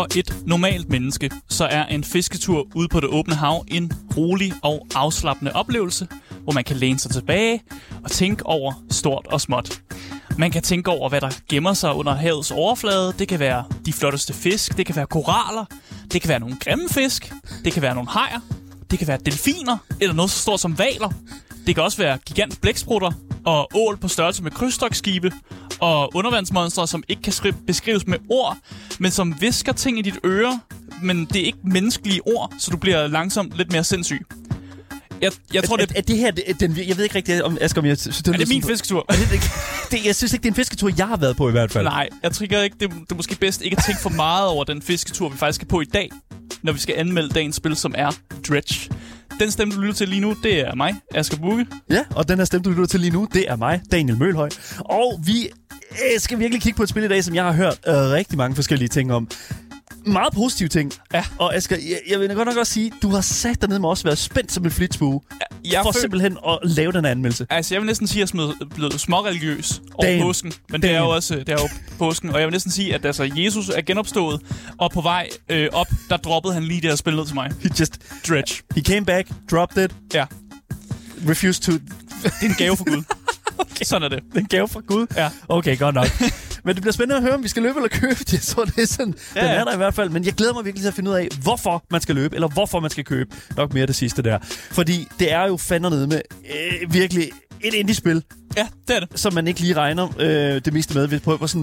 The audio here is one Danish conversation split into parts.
For et normalt menneske, så er en fisketur ude på det åbne hav en rolig og afslappende oplevelse, hvor man kan læne sig tilbage og tænke over stort og småt. Man kan tænke over, hvad der gemmer sig under havets overflade. Det kan være de flotteste fisk, det kan være koraller, det kan være nogle grimme fisk, det kan være nogle hajer, det kan være delfiner eller noget så stort som hvaler. Det kan også være gigant blæksprutter og ål på størrelse med krydstogtskibe og undervandsmonstre, som ikke kan beskrives med ord, men som visker ting i dit øre, men det er ikke menneskelige ord, så du bliver langsomt lidt mere sindssyg. Jeg tror, er det her, jeg ved ikke rigtigt, om Asger, jeg synes, er det min fisketur? Jeg synes ikke, det er en fisketur, jeg har været på i hvert fald. Nej, jeg tror ikke, det er måske bedst ikke at tænke for meget over den fisketur, vi faktisk skal på i dag, når vi skal anmelde dagens spil, som er Dredge. Den stemme, du lytter til lige nu, det er mig, Asger Bugge. Ja, og den her stemme, du lytter til lige nu, det er mig, Daniel Mølhøj. Og vi skal virkelig kigge på et spil i dag, som jeg har hørt rigtig mange forskellige ting om. Meget positive ting. Ja. Og Asger, jeg vil godt nok også sige, du har sat dig ned med også været spændt som en flitsbue. For simpelthen at lave den anmeldelse. Altså, jeg vil næsten sige, at jeg er blevet småreligiøs over påsken. Men det er jo også påsken. Og jeg vil næsten sige, at altså, Jesus er genopstået. Og på vej op, der droppede han lige det her spil ned til mig. Dredge. He came back, dropped it. Ja. Refused to... Det er en gave for Gud. Okay. Sådan er det. Det er en gave fra Gud? Ja. Okay, godt nok. Men det bliver spændende at høre, om vi skal løbe eller købe. Jeg tror, det er sådan. Ja. Den er der i hvert fald. Men jeg glæder mig virkelig til at finde ud af, hvorfor man skal løbe, eller hvorfor man skal købe. Nok mere det sidste der. Fordi det er jo fandme med virkelig et indie-spil. Ja, det er det. Som man ikke lige regner det meste med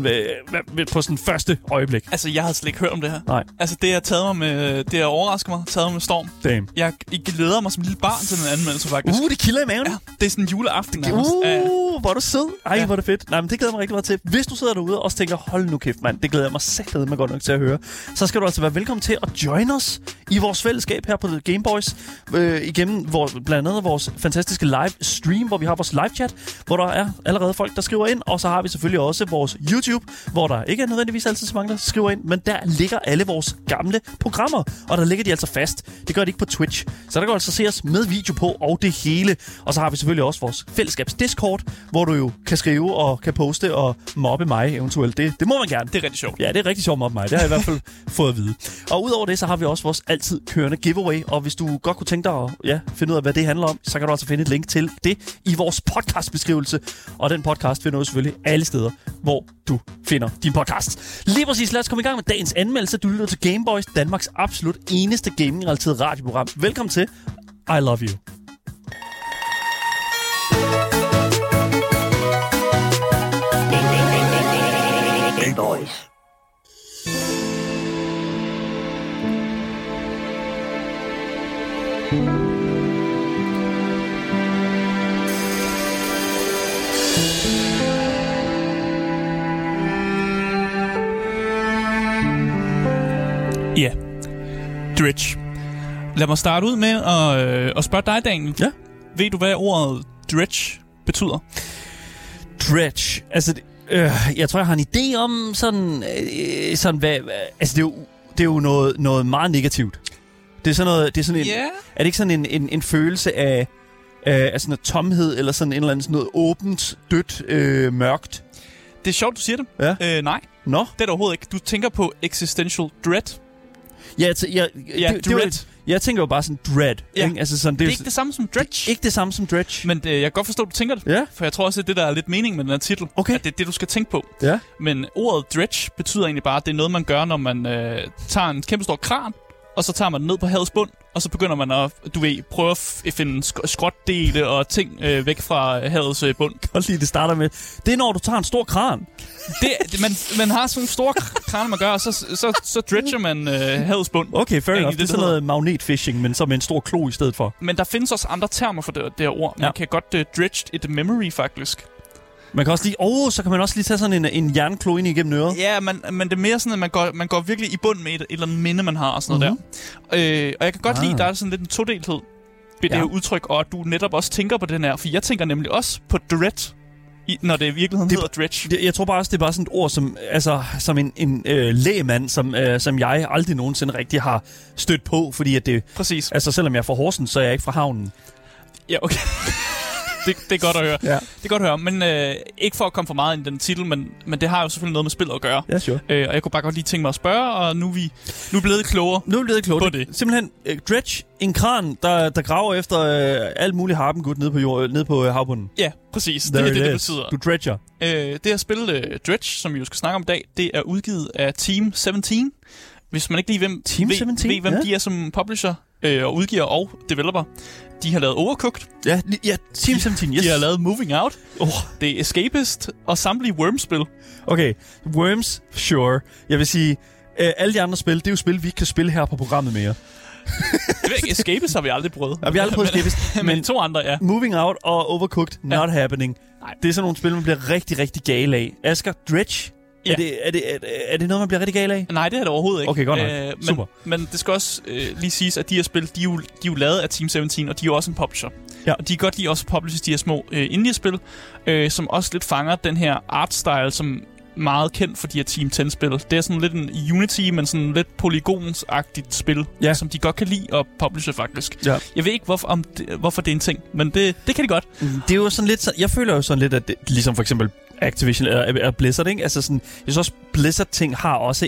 på sådan første øjeblik. Altså, jeg havde slet ikke hørt om det her. Nej. Altså, det har overrasket mig. Taget mig med storm. Damn. Jeg glæder mig som lille barn til den anmeldelse, faktisk. Det kilder i maven. Ja, det er sådan en juleaften nærmest. Hvor er du sød. Ej, hvor er det fedt. Nej, men det glæder mig rigtig meget til. Hvis du sidder derude og også tænker, hold nu kæft, mand, det glæder jeg mig satme godt nok til at høre. Så skal du altså være velkommen til at join os i vores fællesskab her på The Game Boys. Igennem blandt andet vores fantastiske live stream, hvor vi har vores live chat, hvor der er allerede folk, der skriver ind. Og så har vi selvfølgelig også vores YouTube, hvor der ikke er nødvendigvis altid så mange, der skriver ind, men der ligger alle vores gamle programmer. Og der ligger de altså fast. Det gør de ikke på Twitch. Så der kan altså se os med video på og det hele. Og så har vi selvfølgelig også vores fællesskabs Discord, hvor du jo kan skrive og kan poste og mobbe mig eventuelt. Det må man gerne. Det er rigtig sjovt. Ja, det er rigtig sjovt at mobbe mig. Det har jeg i hvert fald fået at vide. Og udover det, så har vi også vores altid kørende giveaway. Og hvis du godt kunne tænke dig at finde ud af, hvad det handler om, så kan du altså finde et link til det i vores podcastbeskrivelse. Og den podcast finder du selvfølgelig alle steder, hvor du finder din podcast. Lige præcis, lad os komme i gang med dagens anmeldelse. Du lytter til Game Boys, Danmarks absolut eneste gaming-relateret radioprogram. Velkommen til I Love You. Game Boys. Ja, Dredge. Lad mig starte ud med at spørge dig, Daniel. Ja. Ved du, hvad ordet Dredge betyder? Dredge. Altså, jeg tror, jeg har en idé om sådan hvad... Altså, det er jo noget meget negativt. Det er sådan noget... Det er sådan en, yeah. Er det ikke sådan en følelse af sådan en tomhed, eller sådan en eller anden sådan noget åbent, dødt, mørkt? Det er sjovt, du siger det. Ja. Nej. Nå? Det er det overhovedet ikke. Du tænker på existential dread. Jeg tænker jo bare sådan dread. Ja. Ikke? Altså sådan, det er ikke det samme som Dredge. Ikke det samme som Dredge. Men jeg kan godt forstå, at du tænker det. Ja. For jeg tror også, at det der er lidt mening med den her titel. Okay. At det er det, du skal tænke på. Ja. Men ordet Dredge betyder egentlig bare, at det er noget, man gør, når man tager en kæmpe stor kran, og så tager man den ned på havets bund, og så begynder man at, prøve at finde skrotdele og ting væk fra havets bund. Godt lige, det starter med. Det er, når du tager en stor kran. Man har sådan en stor kran, man gør, og så dredger man havets bund. Okay, fair enough. Det er sådan noget magnetfishing, men så med en stor klo i stedet for. Men der findes også andre termer for det her ord. Man kan godt dredge et memory, faktisk. Man kan også lige, så kan man også lige tage sådan en jernklo ind igennem øret. Ja, men det er mere sådan, at man går virkelig i bund med et eller andet minde, man har og sådan noget der. Og jeg kan godt lide, der er sådan lidt en todelthed ved det her udtryk, og at du netop også tænker på den her. For jeg tænker nemlig også på dread, når det i virkeligheden hedder Dredge. Jeg tror bare også, det er bare sådan et ord, som en lægmand, som jeg aldrig nogensinde rigtig har stødt på, fordi at det... Præcis. Altså, selvom jeg er fra Horsens, så er jeg ikke fra havnen. Ja, okay. Det er godt at høre. Ja. Det er godt at høre, men ikke for at komme for meget ind i den titel, men det har jo selvfølgelig noget med spillet at gøre. Ja, sure. Og jeg kunne bare godt lige tænke mig at spørge, og nu er vi blevet klogere. Nu er vi blevet klogere på det. Simpelthen Dredge, en kran, der graver efter alt muligt harpengud nede på havbunden. Ja, præcis. Det er det betyder. Du dredger. Det her spil, Dredge, som vi jo skal snakke om i dag, det er udgivet af Team 17. Hvis man ikke lige ved, hvem de er som publisher og udgiver og developer. De har lavet Overcooked. Ja, Team 17, yes. De har lavet Moving Out. Det er Escapist og samtlige Worms-spil. Okay, Worms, sure. Jeg vil sige, alle de andre spil, det er jo spil, vi ikke kan spille her på programmet mere. Escapist har vi aldrig prøvet. Ja, vi har aldrig prøvet Escapist. Men de to andre, ja. Moving Out og Overcooked, not happening. Nej. Det er sådan nogle spil, man bliver rigtig, rigtig gal af. Asger, Dredge? Ja. Er det noget, man bliver rigtig gal af? Nej, det er det overhovedet ikke. Okay, godt nok. Super. Men det skal også lige siges, at de her spil, de er jo lavet af Team 17, og de er jo også en publisher. Ja. Og de kan godt lide også publishes de her små indie-spil, som også lidt fanger den her art-style, som meget kendt for de her Team 10-spil. Det er sådan lidt en Unity, men sådan lidt polygonsagtigt spil, som de godt kan lide at publishe faktisk. Ja. Jeg ved ikke, hvorfor det er en ting, men det kan de godt. Det er jo sådan lidt... Jeg føler jo sådan lidt, at det, ligesom for eksempel Activision eller Blizzard, ikke? Altså sådan... Jeg synes også, Blizzard-ting har også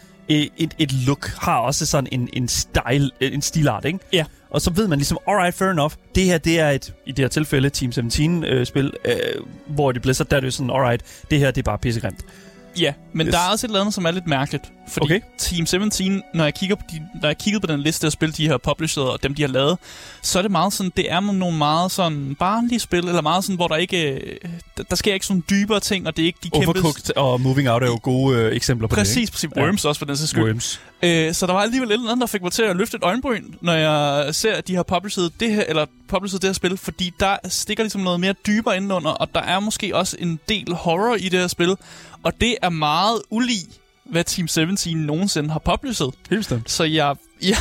et look, har også sådan en stilart, ikke? Ja. Og så ved man ligesom, alright, fair enough. Det her, det er i det her tilfælde Team 17-spil, hvor det Blizzard, der er det sådan, alright, det her, det er bare pissegrimt. Ja, men der er også et eller andet, som er lidt mærkeligt. Fordi Team 17, når jeg kigger på den liste af spil, de har published, og dem, de har lavet, så er det meget sådan, det er nogle meget sådan barnlige spil, eller meget sådan, hvor der ikke... Der sker ikke sådan dybere ting, og det er ikke de kæmpe... Overcooked og Moving Out er jo gode eksempler på det, ikke? Præcis. Worms også, for den sags skyld. Worms. Så der var alligevel et eller andet, der fik mig til at løfte et øjenbryn, når jeg ser, at de har published det her spil, fordi der stikker ligesom noget mere dybere indenunder, og der er måske også en del horror i det her spil, og det er meget ulig, hvad Team 17 nogensinde har published. Helt bestemt. Så jeg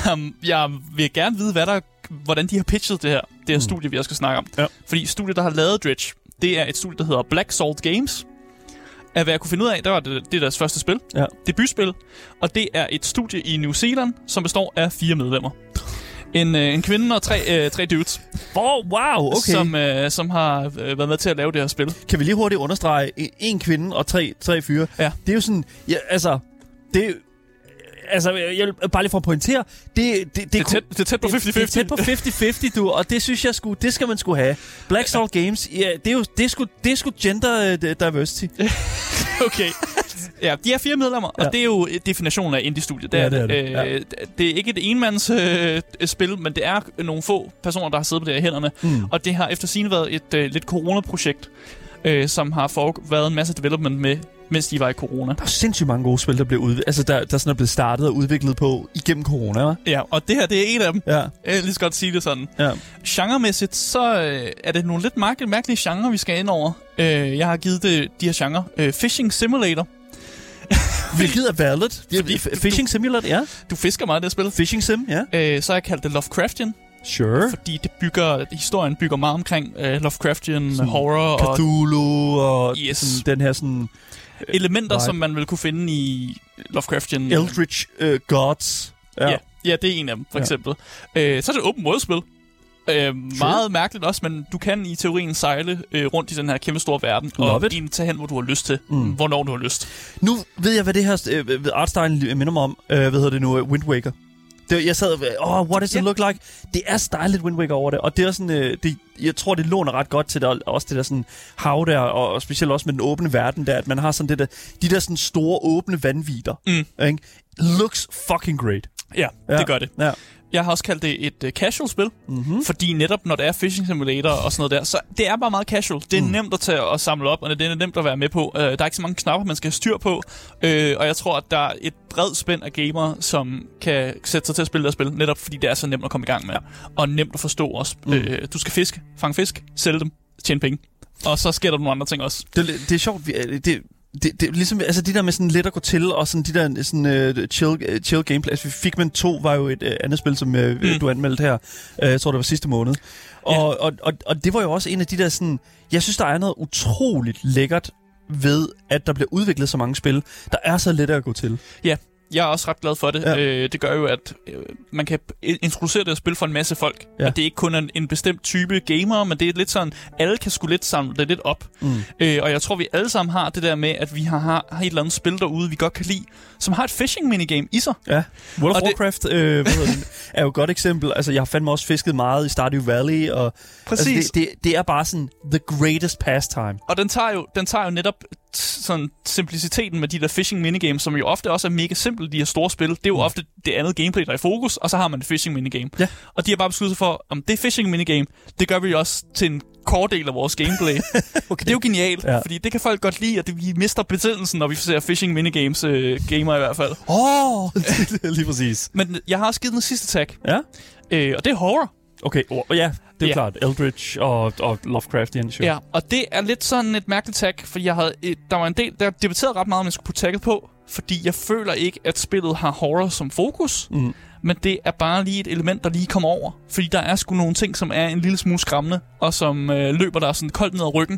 vil gerne vide, hvordan de har pitchet det her studie, vi også skal snakke om. Ja. Fordi studiet, der har lavet Dredge, det er et studie, der hedder Black Salt Games. Af hvad jeg kunne finde ud af, der var det deres første spil. Ja. Debutspil. Og det er et studie i New Zealand, som består af 4 medlemmer. En kvinde og tre dudes. Wow, okay. Som har været med til at lave det her spil. Kan vi lige hurtigt understrege, en kvinde og tre fyre. Ja. Det er jo sådan, ja, altså, det er jeg bare lige for at pointere, det er tæt på 50-50. Det er tæt på 50-50, du, og det synes jeg det skal man sgu have. Black Salt Games, ja, det er sgu gender diversity. Okay. Ja, de er 4 medlemmer, og det er jo definitionen af indie-studiet. Det er ikke et enmands spil, men det er nogle få personer, der har siddet på det her hænderne. Og det har efter sigende været et lidt corona-projekt, som har været en masse development med, mens de var i corona. Der er sindssygt mange gode spil, der blev der sådan er blevet startet og udviklet på igennem corona, hva'? Ja, og det her, det er en af dem. Ja. Jeg vil lige så godt sige det sådan. Ja. Genremæssigt, så er det nogle lidt mærkelige genre, vi skal ind over. Jeg har givet de her genre Fishing Simulator. Hvilket er valid. Fishing Simulator, ja. Du fisker meget i det spil. Fishing Sim, ja. Så har jeg kaldt det Lovecraftian. Sure. Fordi historien bygger meget omkring Lovecraftian sådan horror Cthulhu og sådan, den her sådan... elementer, som man vil kunne finde i Lovecraftian. Eldritch Gods. Ja, det er en af dem, for eksempel. Så er det et open world-spil. Meget mærkeligt også, men du kan i teorien sejle rundt i den her kæmpe store verden, og egentlig tage hen, hvor du har lyst til, hvornår du har lyst. Nu ved jeg, hvad det her artstylen minder mig om. Hvad hedder det nu? Wind Waker. Jeg sad og, what does it look like? Det er stylet Wind Waker over det, og det er sådan, jeg tror, det låner ret godt til det, også det der sådan hav der, og specielt også med den åbne verden der, at man har sådan det der, de der sådan store åbne vandvider. Ikke? Looks fucking great. Ja, det gør det. Ja. Jeg har også kaldt det et casual-spil, fordi netop når det er Fishing Simulator og sådan noget der, så det er bare meget casual. Det er nemt at tage og samle op, og det er nemt at være med på. Der er ikke så mange knapper, man skal have styr på, og jeg tror, at der er et bredt spænd af gamere, som kan sætte sig til at spille det spil, netop fordi det er så nemt at komme i gang med, og nemt at forstå også. Du skal fange fisk, sælge dem, tjene penge, og så sker der nogle andre ting også. Det er sjovt, det er ligesom, altså de der med sådan let at gå til, og sådan de der sådan chill gameplay. Altså Figment 2 var jo et andet spil, som du anmeldte her. Jeg tror, det var sidste måned. Og det var jo også en af de der sådan, jeg synes, der er noget utroligt lækkert ved, at der bliver udviklet så mange spil, der er så let at gå til. Ja, Jeg er også ret glad for det. Ja. Det gør jo, at man kan introducere det og spille for en masse folk. Ja. Og det er ikke kun en bestemt type gamer, men det er lidt sådan, alle kan sgu lidt samle det lidt op. Og jeg tror, vi alle sammen har det der med, at vi har et eller andet spil derude, vi godt kan lide, som har et fishing minigame i sig. Ja, World of Warcraft er jo et godt eksempel. Altså, jeg har fandme også fisket meget i Stardew Valley. Og, præcis. Altså, det er bare sådan the greatest pastime. Og den tager jo netop sådan simpliciteten med de der fishing minigames, som jo ofte også er mega simpelt, de her store spil. Det er jo ofte det andet gameplay, der er i fokus, og så har man et fishing minigame. Ja. Og de har bare besluttet sig for, om det fishing minigame, det gør vi også til en core del af vores gameplay. Okay. Det er jo genialt, fordi det kan folk godt lide, at vi mister betændelsen, når vi ser fishing minigames gamer i hvert fald. Lige præcis. Men jeg har også givet den sidste tag. Ja. Og det er horror. Okay, ja, det er klart. Eldritch og Lovecraftian. Sure. Ja, og det er lidt sådan et mærkeligt tag, fordi der var en del, der debatterede ret meget, om jeg skulle putte tagget på, fordi jeg føler ikke, at spillet har horror som fokus, men det er bare lige et element, der lige kommer over. Fordi der er sgu nogle ting, som er en lille smule skræmmende, og som løber der sådan koldt ned ad ryggen.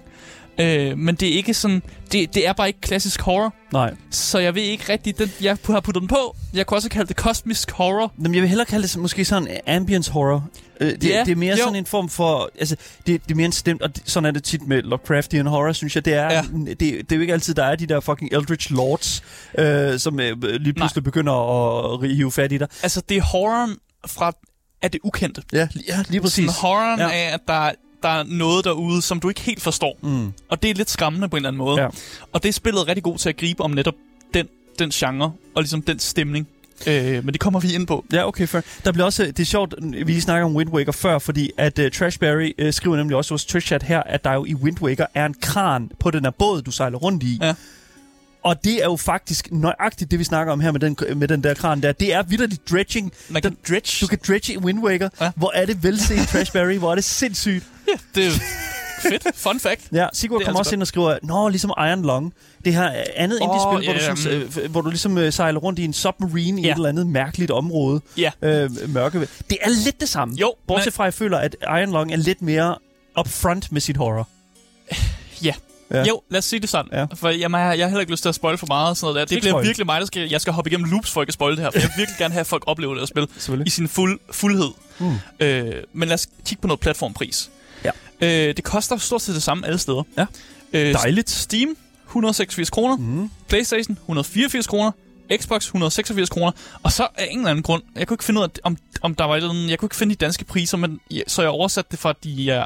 Men det er ikke sådan, det er bare ikke klassisk horror. Nej. Så jeg ved ikke rigtigt, jeg har puttet den på. Jeg kunne også kalde det kosmisk horror. Men jeg vil hellere kalde det måske sådan ambience horror. Det er mere sådan en form for, altså det er mere en stemt, og sådan er det tit med Lovecraftian horror, synes jeg. Det er det er jo ikke altid der er de der fucking Eldritch Lords, som lige pludselig begynder at hive fat i dig. Altså det er horroren fra af det ukendte. Ja, lige præcis. Sådan horroren af at der er noget derude, som du ikke helt forstår. Og det er lidt skræmmende på en eller anden måde. Ja. Og det er spillet rigtig god til at gribe om netop den genre, og ligesom den stemning. Men det kommer vi ind på. Ja, okay, fair. Der bliver også, det er sjovt, vi snakker om Wind Waker før, fordi at Trashberry skriver nemlig også hos Twitch-chat her, at der jo i Wind Waker er en kran på den her båd, du sejler rundt i. Ja. Og det er jo faktisk nøjagtigt det, vi snakker om her med den der kran der. Det er vitterligt dredging. Man kan dredge. Du kan dredge i Wind Waker. Ja. Hvor er det velset, Trashberry. Hvor er det sindssygt. Ja, det er fedt. Fun fact. Ja, Sigurd kommer også ind og skriver, ligesom Iron Lung. Det her andet indie-spil, hvor du ligesom sejler rundt i en submarine i et eller andet mærkeligt område. Ja. Mørke. Det er lidt det samme. Jo. Bortset fra, jeg føler, at Iron Lung er lidt mere upfront med sit horror. Ja. Ja. Jo, lad os sige det sådan. Ja. For jeg har heller ikke lyst til at spoile for meget og sådan noget der. Det bliver virkelig mig, jeg skal hoppe igennem loops, for ikke at spoile det her. For jeg vil virkelig gerne have, at folk oplever det at spille i sin fuldhed. Men lad os kigge på noget platformpris. Ja. Det koster stort set det samme alle steder. Ja. Dejligt. Steam, 186 kroner. PlayStation, 184 kroner. Xbox 186 kroner, og så af en eller anden grund, jeg kunne ikke finde ud af, om der var et eller andet, jeg kunne ikke finde de danske priser, men så jeg oversatte det fra de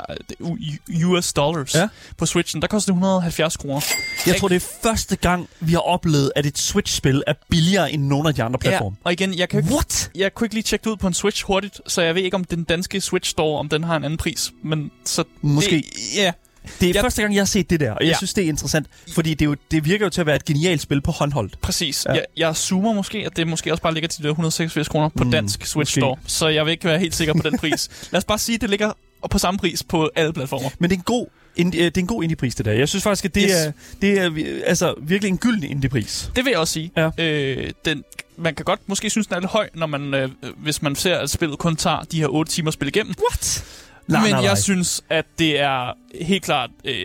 US dollars på Switchen. Der koster det 170 kroner. Jeg tror, det er første gang, vi har oplevet, at et Switch-spil er billigere end nogle af de andre platforme. Ja, og igen, jeg kunne ikke lige tjekke det ud på en Switch hurtigt, så jeg ved ikke, om den danske Switch Store, om den har en anden pris, men så... Måske. Det er første gang, jeg har set det der, og jeg synes, det er interessant, fordi det virker jo til at være et genialt spil på håndholdt. Præcis. Ja. Jeg zoomer måske, at det måske også bare ligger til de 186 kroner på dansk Switch Store, så jeg vil ikke være helt sikker på den pris. Lad os bare sige, at det ligger på samme pris på alle platformer. Men det er en god indie-pris, det der. Jeg synes faktisk, at det er altså virkelig en gylden indie-pris. Det vil jeg også sige. Ja. Man kan godt måske synes, den er lidt høj, når man, hvis man ser, at spillet kun tager de her 8 timer at spille igennem. What? Men jeg synes, at det er helt klart...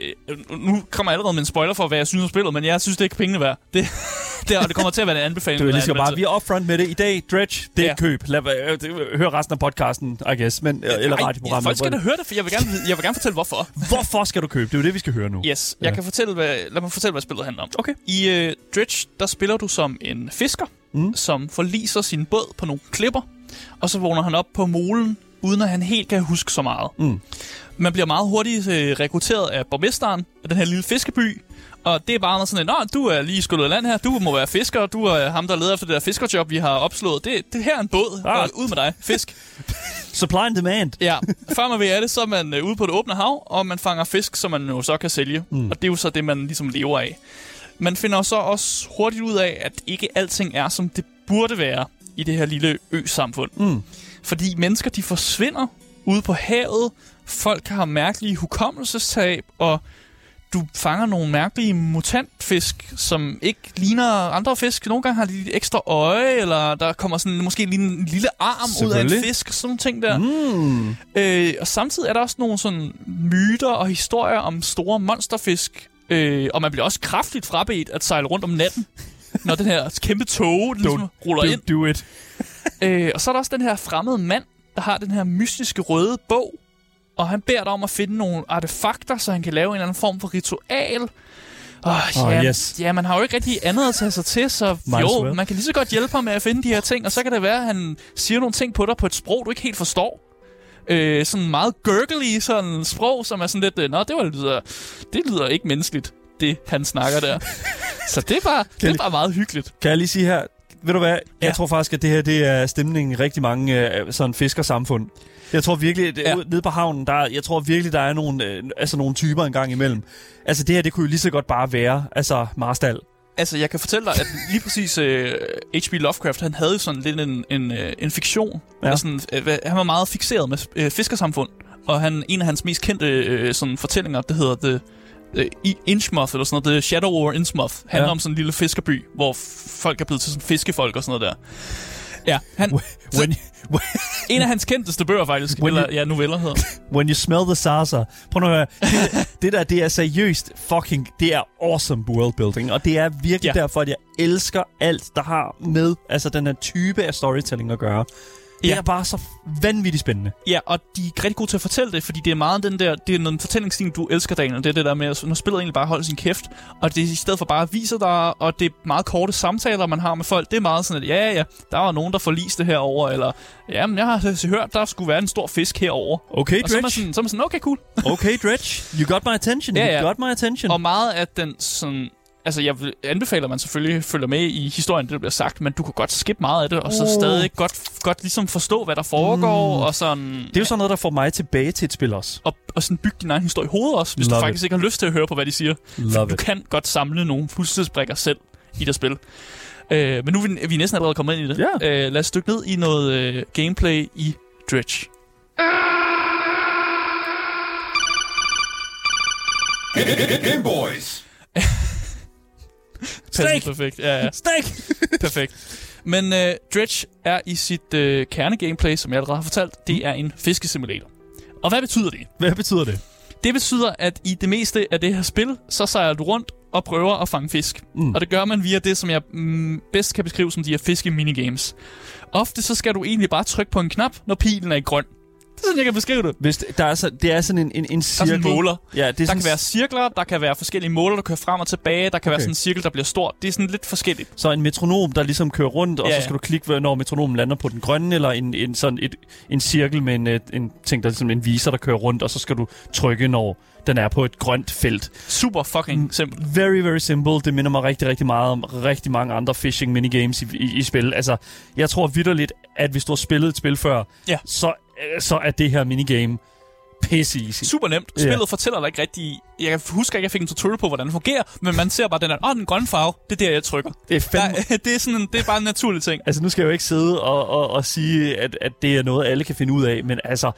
nu kommer jeg allerede med en spoiler for, hvad jeg synes om spillet, men jeg synes, det er ikke pengene værd. Det kommer til at være en anbefaling. Vi er upfront med det. I dag, Dredge, det er et køb. Hør resten af podcasten, I guess. Eller radioprogrammet. Folk skal da høre det, for jeg vil gerne fortælle, hvorfor. Hvorfor skal du købe? Det er jo det, vi skal høre nu. Yes. Lad mig fortælle, hvad spillet handler om. Okay. I Dredge, der spiller du som en fisker, som forliser sin båd på nogle klipper, og så vågner han op på molen, uden at han helt kan huske så meget. Man bliver meget hurtigt rekrutteret af borgmesteren af den her lille fiskeby, og det er bare sådan en, du er lige skyllet af land her, du må være fisker, du er ham, der leder efter det der fiskerjob, vi har opslået. Det her er en båd, ud med dig, fisk. Supply and demand. Ja, før man ved af det, så er man ude på det åbne hav, og man fanger fisk, som man jo så kan sælge, og det er jo så det, man ligesom lever af. Man finder så også hurtigt ud af, at ikke alting er, som det burde være i det her lille ø-samfund. Fordi mennesker, de forsvinder ude på havet, folk har mærkelige hukommelsestab, og du fanger nogle mærkelige mutantfisk, som ikke ligner andre fisk. Nogle gange har de et ekstra øje, eller der kommer sådan måske en lille arm ud af en fisk, sådan nogle ting der. Og samtidig er der også nogle sådan myter og historier om store monsterfisk, og man bliver også kraftigt frabedt at sejle rundt om natten. når den her kæmpe tog ligesom ruller ind. Do it. Og så er der også den her fremmede mand, der har den her mystiske røde bog, og han beder dig om at finde nogle artefakter, så han kan lave en eller anden form for ritual. Yes. Ja, man har jo ikke rigtig andet at tage sig til, så man kan lige så godt hjælpe ham med at finde de her ting, og så kan det være, at han siger nogle ting på dig på et sprog, du ikke helt forstår. Sådan meget gurgly sådan sprog, som er sådan lidt, det lyder ikke menneskeligt, det han snakker der. Så det er bare meget hyggeligt. Kan jeg lige sige her, ved du hvad, jeg tror faktisk, at det her det er stemningen i rigtig mange sådan fiskersamfund. Jeg tror virkelig, nede på havnen, der er nogle typer en gang imellem. Altså det her, det kunne jo lige så godt bare være, Marstal. Altså, jeg kan fortælle dig, at lige præcis H.P. Lovecraft, han havde jo sådan lidt en fiktion. Ja. Sådan, han var meget fikseret med fiskersamfund. Og en af hans mest kendte sådan fortællinger, det hedder Innsmouth, eller sådan noget. The Shadow over Innsmouth handler om sådan en lille fiskerby, hvor folk er blevet til sådan fiskefolk og sådan noget der. Ja, en af hans kendteste bøger faktisk, noveller hedder. When you smell the salsa. Prøv nu at høre. Det er seriøst det er awesome worldbuilding, og det er virkelig derfor, at jeg elsker alt, der har med den her type af storytelling at gøre. Det er bare så vanvittigt spændende. Ja, og de er rigtig gode til at fortælle det, fordi det er meget det er en fortællingsstil, du elsker, Daniel. Det er det der med, når spillet egentlig bare holder sin kæft, og det er i stedet for bare at vise dig, og det er meget korte samtaler, man har med folk. Det er meget sådan, at der var nogen, der forliste herover, eller jamen, jeg har hørt, der skulle være en stor fisk herover. Okay, Dredge. Og så er man sådan, okay, cool. Okay, Dredge, you got my attention. You got my attention. Og meget af den sådan... Altså, jeg anbefaler, at man selvfølgelig følger med i historien, det der bliver sagt, men du kan godt skippe meget af det, og så stadig godt ligesom forstå, hvad der foregår, og sådan... Det er jo sådan noget, der får mig tilbage til et spil også. Og sådan bygge din egen historie i hovedet også, hvis du faktisk ikke har lyst til at høre på, hvad de siger. Du kan godt samle nogle puslesprækker selv i det spil. Men nu er vi næsten allerede kommet ind i det. Yeah. Lad os dykke ned i noget gameplay i Dredge. Game Boys! Steak! Perfekt. Ja. Steak! Perfekt. Men Dredge er i sit kernegameplay, som jeg allerede har fortalt, det er en fiskesimulator. Og hvad betyder det? Hvad betyder det? Det betyder, at i det meste af det her spil, så sejler du rundt og prøver at fange fisk. Og det gør man via det, som jeg bedst kan beskrive som de her fiske-minigames. Ofte så skal du egentlig bare trykke på en knap, når pilen er i grøn. Det er sådan, jeg kan beskrive det. Det er sådan en cirkel. Der er sådan måler. Ja, der kan være cirkler, der kan være forskellige måler, der kører frem og tilbage. Der kan være sådan en cirkel, der bliver stor. Det er sådan lidt forskelligt. Så en metronom, der ligesom kører rundt, og så skal du klikke, når metronomen lander på den grønne, eller en cirkel med en ting, der ligesom en viser, der kører rundt, og så skal du trykke, når den er på et grønt felt. Super fucking simpelt. Very, very simple. Det minder mig rigtig, rigtig meget om rigtig mange andre fishing minigames i spil. Altså, jeg tror vitterligt, at hvis du har spillet et spil før, så er det her minigame pisse easy. Super nemt. Spillet fortæller dig ikke rigtig... Jeg husker ikke, jeg fik en tutorial på, hvordan det fungerer, men man ser bare den grønne farve, det er der, jeg trykker. Det er bare en naturlig ting. Altså, nu skal jeg jo ikke sidde og sige, at det er noget, alle kan finde ud af, men altså,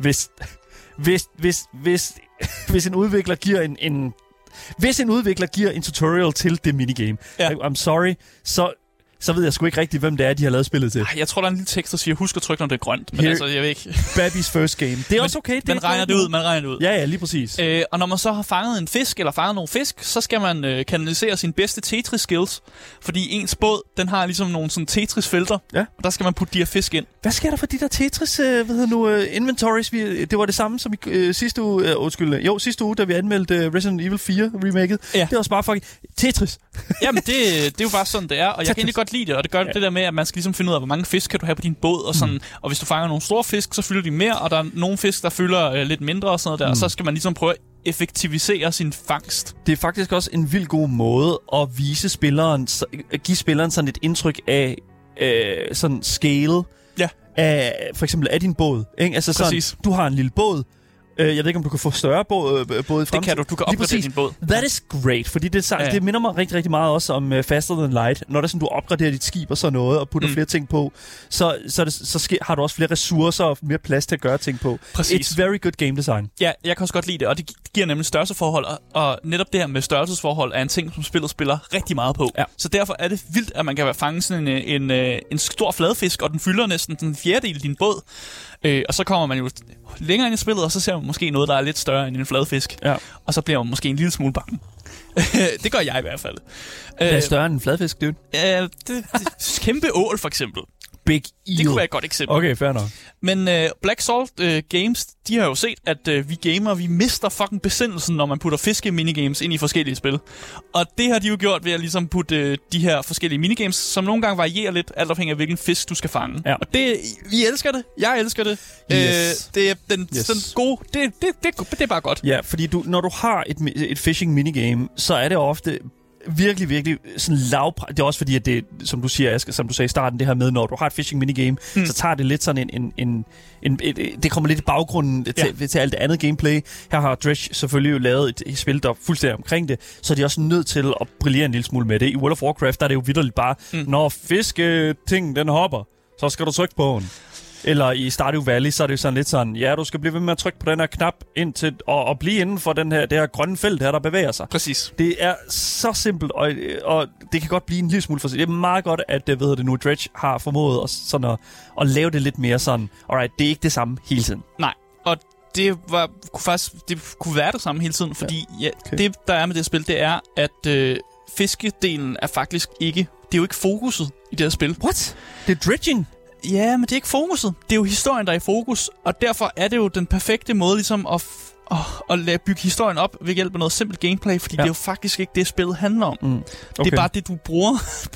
hvis en udvikler giver hvis en udvikler giver en tutorial til det minigame, I'm sorry, så ved jeg sgu ikke rigtigt, hvem det er, de har lavet spillet til. Jeg tror, der er en lille tekst, der siger, husk at trykke, når det er grønt. Men altså, jeg ved ikke. Babys first game. Det er også okay. Man regner det ud. Ja, lige præcis. Og når man så har fanget en fisk, eller fanget nogle fisk, så skal man kanalisere sine bedste Tetris-skills. Fordi ens båd, den har ligesom nogle sådan Tetris-felter. Ja. Og der skal man putte de her fisk ind. Hvad sker der for de der Tetris, inventories? Det var det samme som i sidste uge, da vi anmeldte Resident Evil 4 remaket. Ja. Det var også bare fucking Tetris. Jamen, det er jo bare sådan, det er. Og jeg kan egentlig godt lide det, og det gør det der med, at man skal ligesom finde ud af, hvor mange fisk kan du have på din båd, og sådan. Og hvis du fanger nogle store fisk, så fylder de mere, og der er nogle fisk, der fylder lidt mindre og sådan noget der, og så skal man ligesom prøve at effektivisere sin fangst. Det er faktisk også en vild god måde at vise spilleren, at give spilleren sådan et indtryk af sådan scale, af, for eksempel af din båd. Ikke? Altså sådan, du har en lille båd. Jeg ved ikke, om du kan få større båd i fremtiden. Det kan du. Du kan opgradere din båd. That is great, fordi det minder mig rigtig, rigtig meget også om Faster Than Light. Når du opgraderer dit skib og sådan noget, og putter flere ting på, så har du også flere ressourcer og mere plads til at gøre ting på. Præcis. It's very good game design. Ja, jeg kan også godt lide det, og det giver nemlig størrelsesforhold, og netop det her med størrelsesforhold er en ting, som spillet spiller rigtig meget på. Ja. Så derfor er det vildt, at man kan fange sådan en stor fladfisk, og den fylder næsten en fjerdedel af din båd. Og så kommer man jo længere ind i spillet, og så ser man måske noget, der er lidt større end en fladfisk. Ja. Og så bliver man måske en lille smule bange. Det gør jeg i hvert fald. Det er større end en fladfisk, dude. Kæmpe ål, for eksempel. Big eel. Det kunne være et godt eksempel. Okay, fair nok. Men Black Salt Games, de har jo set, at vi gamer, vi mister fucking besindelsen, når man putter fiske-minigames ind i forskellige spil. Og det har de jo gjort ved at ligesom putte de her forskellige minigames, som nogle gange varierer lidt, alt afhængig af hvilken fisk du skal fange. Ja. Og det, vi elsker det. Jeg elsker det. Yes. Det er den gode. Det er bare godt. Ja, fordi når du har et fishing minigame, så er det ofte virkelig, virkelig sådan det er også fordi, at det, som du siger, Asger, som du sagde i starten, det her med, når du har et fishing minigame, så tager det lidt sådan det kommer lidt i baggrunden til alt det andet gameplay. Her har Dredge selvfølgelig jo lavet et spil, der er fuldstændig omkring det, så er de også nødt til at brillere en lille smule med det. I World of Warcraft, der er det jo vitterligt bare, når fisketing, den hopper, så skal du trykke på den. Eller i Stardew Valley, så er det jo sådan lidt sådan, ja, du skal blive ved med at trykke på den her knap indtil, og blive inden for det her grønne felt her, der bevæger sig. Præcis. Det er så simpelt, og det kan godt blive en lille smule for sig. Det er meget godt, at Dredge har formået at lave det lidt mere sådan, alright, det er ikke det samme hele tiden. Nej, og det kunne være det samme hele tiden, fordi det, der er med det spil, det er, at fiskedelen er faktisk ikke, det er jo ikke fokuset i det her spil. What? Det er dredging? Ja, men det er ikke fokuset. Det er jo historien, der er i fokus, og derfor er det jo den perfekte måde ligesom at bygge historien op ved hjælp af noget simpelt gameplay, fordi det er jo faktisk ikke det, spillet handler om. Okay. Det er bare det, du bruger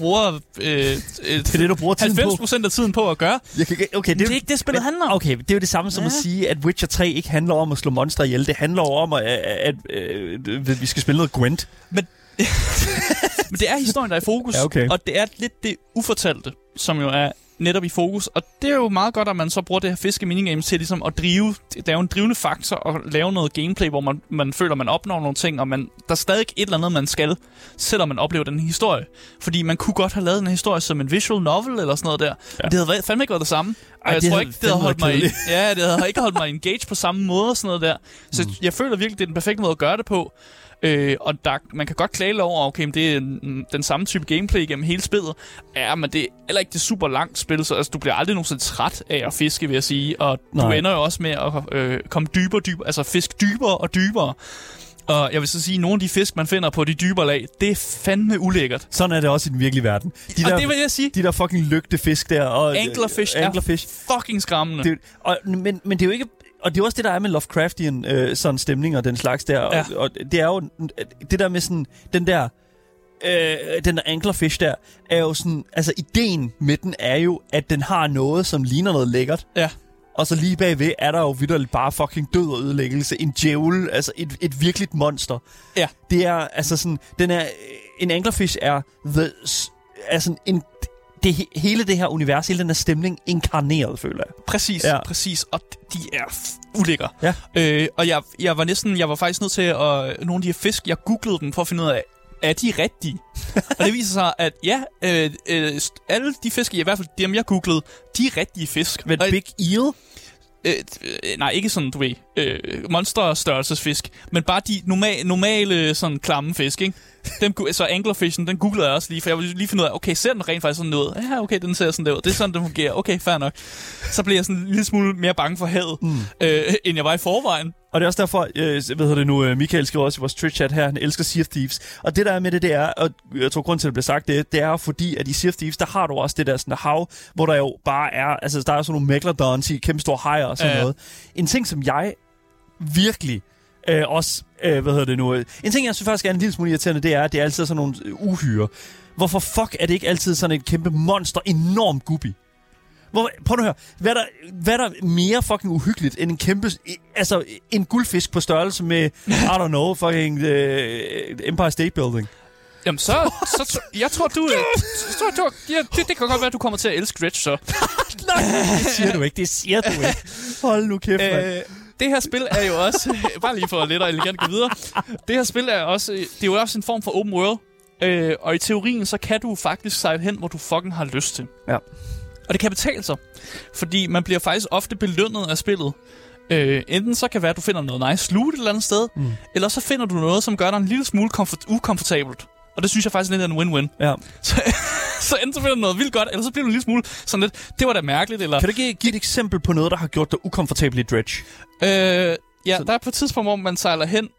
det, du bruger 90% af tiden på at gøre. Det er ikke det, spillet handler om. Okay, det er jo det samme som at sige, at Witcher 3 ikke handler om at slå monster ihjel. Det handler om, at vi skal spille noget Gwent. Men det er historien, der er i fokus, og det er lidt det ufortalte, som jo er netop i fokus, og det er jo meget godt, at man så bruger det her fiske-minigames til ligesom at drive, det er jo en drivende faktor at lave noget gameplay, hvor man føler, man opnår nogle ting, og der er stadig et eller andet, man skal, selvom man oplever den historie. Fordi man kunne godt have lavet en historie som en visual novel eller sådan noget der, men det havde fandme ikke været det samme. Og jeg tror ikke, det havde holdt mig det havde ikke holdt mig engaged på samme måde og sådan noget der. Så jeg føler virkelig, det er den perfekte måde at gøre det på. Og man kan godt klage over, okay, men det er den samme type gameplay igennem hele spillet. Ja, men det er heller ikke det super langt spil, så altså, du bliver aldrig nogensinde træt af at fiske, vil jeg sige. Og du ender jo også med at komme dybere, altså fisk dybere og dybere. Og jeg vil så sige, at nogle af de fisk, man finder på de dybere lag, det er fandme ulækkert. Sådan er det også i den virkelige verden. Det vil jeg sige. De der fucking lygtefisk der. Og anglerfish er fucking skræmmende. Men det er jo ikke... Og det er også det, der er med Lovecraftian sådan stemning og den slags der. Ja. Og det er jo det der med sådan den der anglerfish der er jo sådan, altså ideen med den er jo, at den har noget, som ligner noget lækkert. Ja. Og så lige bagved er der jo vitterligt bare fucking død og ødelæggelse. En djævel, altså et virkeligt monster. Ja. Det er altså sådan, en anglerfish er hele det her univers, hele den her stemning inkarneret, føler jeg. Præcis. Og de er ulækre. Ja. Og jeg var faktisk nødt til at nogle af de her fisk, jeg googlede dem for at finde ud af, er de rigtige? Og det viser sig, at alle de fisk, i hvert fald dem jeg googlede, de er rigtige fisk. Men Big Eel? Nej, ikke sådan, du ved, monsterstørrelsesfisk, men bare de normale sådan klamme fisk, ikke? Så anglerfishen, den googlede jeg også lige, for jeg ville lige finde ud af, okay, ser den rent faktisk sådan ud? Ja, okay, den ser sådan der ud. Det er sådan, den fungerer. Okay, fair nok. Så blev jeg sådan en lille smule mere bange for havet, end jeg var i forvejen. Og det er også derfor, Michael skriver også i vores Twitch-chat her, han elsker Sea of Thieves. Og det der er med det er, og jeg tror grund til, at det bliver sagt, det er fordi, at i Sea of Thieves, der har du også det der sådan hav, hvor der jo bare er, altså der er sådan nogle megalodons i kæmpe store hajer og sådan noget. En ting, som jeg virkelig også, en ting, jeg synes faktisk er en lille smule irriterende, det er, at det er altid sådan nogle uhyre. Hvorfor fuck er det ikke altid sådan et kæmpe monster, enorm guppi? Prøv nu at høre. Hvad er der mere fucking uhyggeligt end en kæmpe... Altså, en guldfisk på størrelse med, I don't know, fucking Empire State Building. Jamen, jeg tror, det kan godt være, at du kommer til at elske Dredge, så. Nej, det siger du ikke. Hold nu kæft, mand. Det her spil er jo også... bare lige for at lidt og elegant gå videre. Det her spil er også... Det er jo også en form for open world. Og i teorien, så kan du faktisk sejle hen, hvor du fucking har lyst til. Ja. Og det kan betale sig, fordi man bliver faktisk ofte belønnet af spillet. Enten så kan være, at du finder noget nice loot et eller andet sted, eller så finder du noget, som gør dig en lille smule ukomfortabelt. Og det synes jeg faktisk lidt er en win-win. Ja. Så enten så finder du noget vildt godt, eller så bliver du en lille smule sådan lidt, det var da mærkeligt. Eller... Kan du give et eksempel på noget, der har gjort dig ukomfortabel i Dredge? Der er på et tidspunkt, hvor man sejler hen,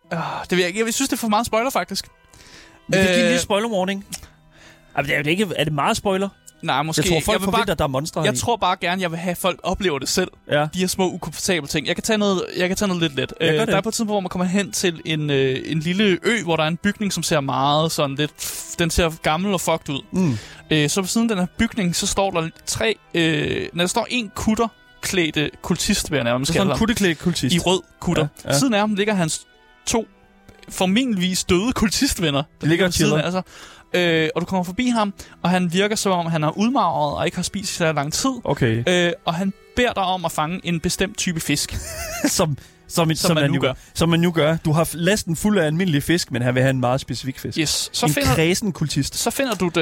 Det vil jeg synes, det er for meget spoiler, faktisk. Vi kan give en lille spoiler warning. Altså, det er jo ikke... Er det meget spoiler? Nej, måske. Jeg tror, folk forventer, at der er monstre Jeg tror bare gerne, jeg vil have, at folk oplever det selv. Ja. De her små, ukomfortable ting. Jeg kan tage noget lidt let. Der er på et tidspunkt, hvor man kommer hen til en lille ø, hvor der er en bygning, som ser meget sådan lidt... Den ser gammel og fucked ud. Så på siden af den her bygning, så står der der står en kutterklædte kultist, vil jeg nærmest kalde ham. Sådan en kutterklædt kultist. I rød kutter. Ja. Siden af ham ligger hans 2 formentligvis døde kultistvenner. Der ligger siden altså. Og du kommer forbi ham, og han virker som om, han er udmagret og ikke har spist i så lang tid. Okay. Og han beder dig om at fange en bestemt type fisk. som man nu gør. Som man nu gør. Du har lasten fuld af almindelige fisk, men han vil have en meget specifik fisk. Yes. En kræsen kultist. Så finder du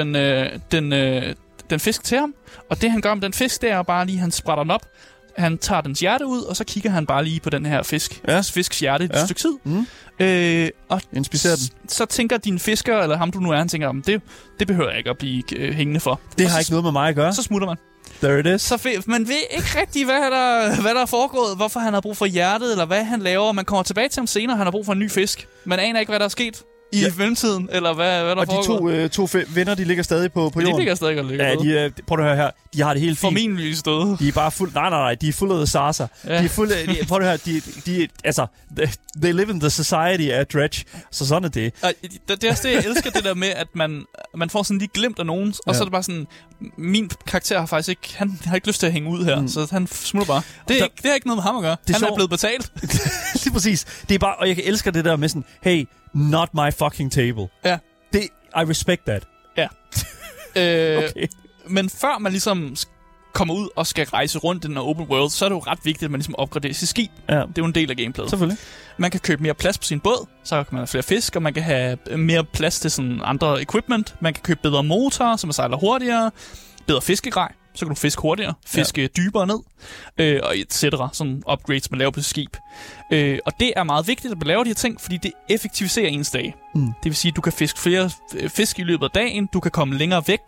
den fisk til ham, og det han gør med den fisk, det er bare lige, han sprætter den op. Han tager dens hjerte ud, og så kigger han bare lige på den her fisk. Ja. Fisks hjerte et stykke tid. Og inspicerer den. Så tænker din fisker, eller ham du nu er, han tænker, det behøver jeg ikke at blive hængende for. Det har ikke noget med mig at gøre. Så smutter man. There it is. Så man ved ikke rigtig, hvad der er foregået, hvorfor han har brug for hjertet, eller hvad han laver. Man kommer tilbage til ham senere, han har brug for en ny fisk. Man aner ikke, hvad der er sket i mellemtiden, eller hvad der foregår. Og de to venner, de ligger stadig på jorden. De ligger stadig og ligger ja, prøv at høre her. De har det helt fint. Formentlig døde. De er bare fuld... Nej. De er fuld af the Sarsa. Ja. De er fuld af... Prøv at høre. Altså... They live in the society af Dredge. Så sådan er det. Det er også det, jeg elsker det der med, at man får sådan lige glimt af nogen, og så er det bare sådan... Min karakter har faktisk ikke... Han har ikke lyst til at hænge ud her, så han smutter bare. Det har ikke noget med ham at gøre. Han er blevet betalt. Lige præcis. Det er bare... Og jeg elsker det der med sådan... Hey, not my fucking table. Ja. I respect that. Ja. Okay. Men før man ligesom kommer ud og skal rejse rundt i den her open world, så er det jo ret vigtigt, at man ligesom opgraderer sit skib. Ja. Det er jo en del af gameplayet. Selvfølgelig. Man kan købe mere plads på sin båd, så kan man have flere fisk, og man kan have mere plads til sådan andre equipment. Man kan købe bedre motorer, så man sejler hurtigere, bedre fiskegrej, så kan du fiske hurtigere, fiske dybere ned, og et cetera. Sådan upgrades, man laver på sit skib. Og det er meget vigtigt, at man laver de her ting, fordi det effektiviserer ens dag. Det vil sige, at du kan fiske flere fisk i løbet af dagen, du kan komme længere væk,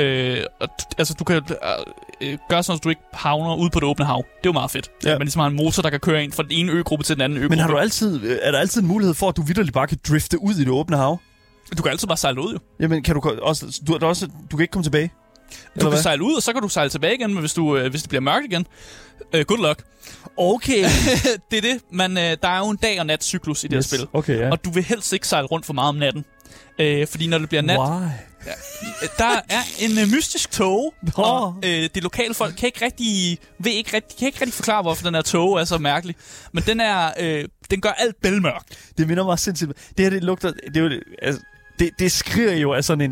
altså du kan gøre sådan, at du ikke havner ude på det åbne hav. Det er jo meget fedt. Ja. Man ligesom har en motor, der kan køre ind fra den ene øgruppe til den anden øgruppe. Men er der altid en mulighed for, at du vitterligt bare kan drifte ud i det åbne hav? Du kan altid bare sejle ud, jo. Jamen, kan du også... Du kan ikke komme tilbage? Du kan sejle ud, og så kan du sejle tilbage igen, men hvis det bliver mørkt igen, good luck. Okay. Det er det. Der er jo en dag- og natcyklus i det her spil. Okay, ja. Og du vil helst ikke sejle rundt for meget om natten. Fordi når det bliver nat... Why? Ja, der er en mystisk tåge, og de lokale folk kan ikke rigtig forklare, hvorfor den her tåge er så mærkelig. Men den gør alt bælmørkt. Det minder mig sindssygt. Det her, det lugter... Det skriger jo af sådan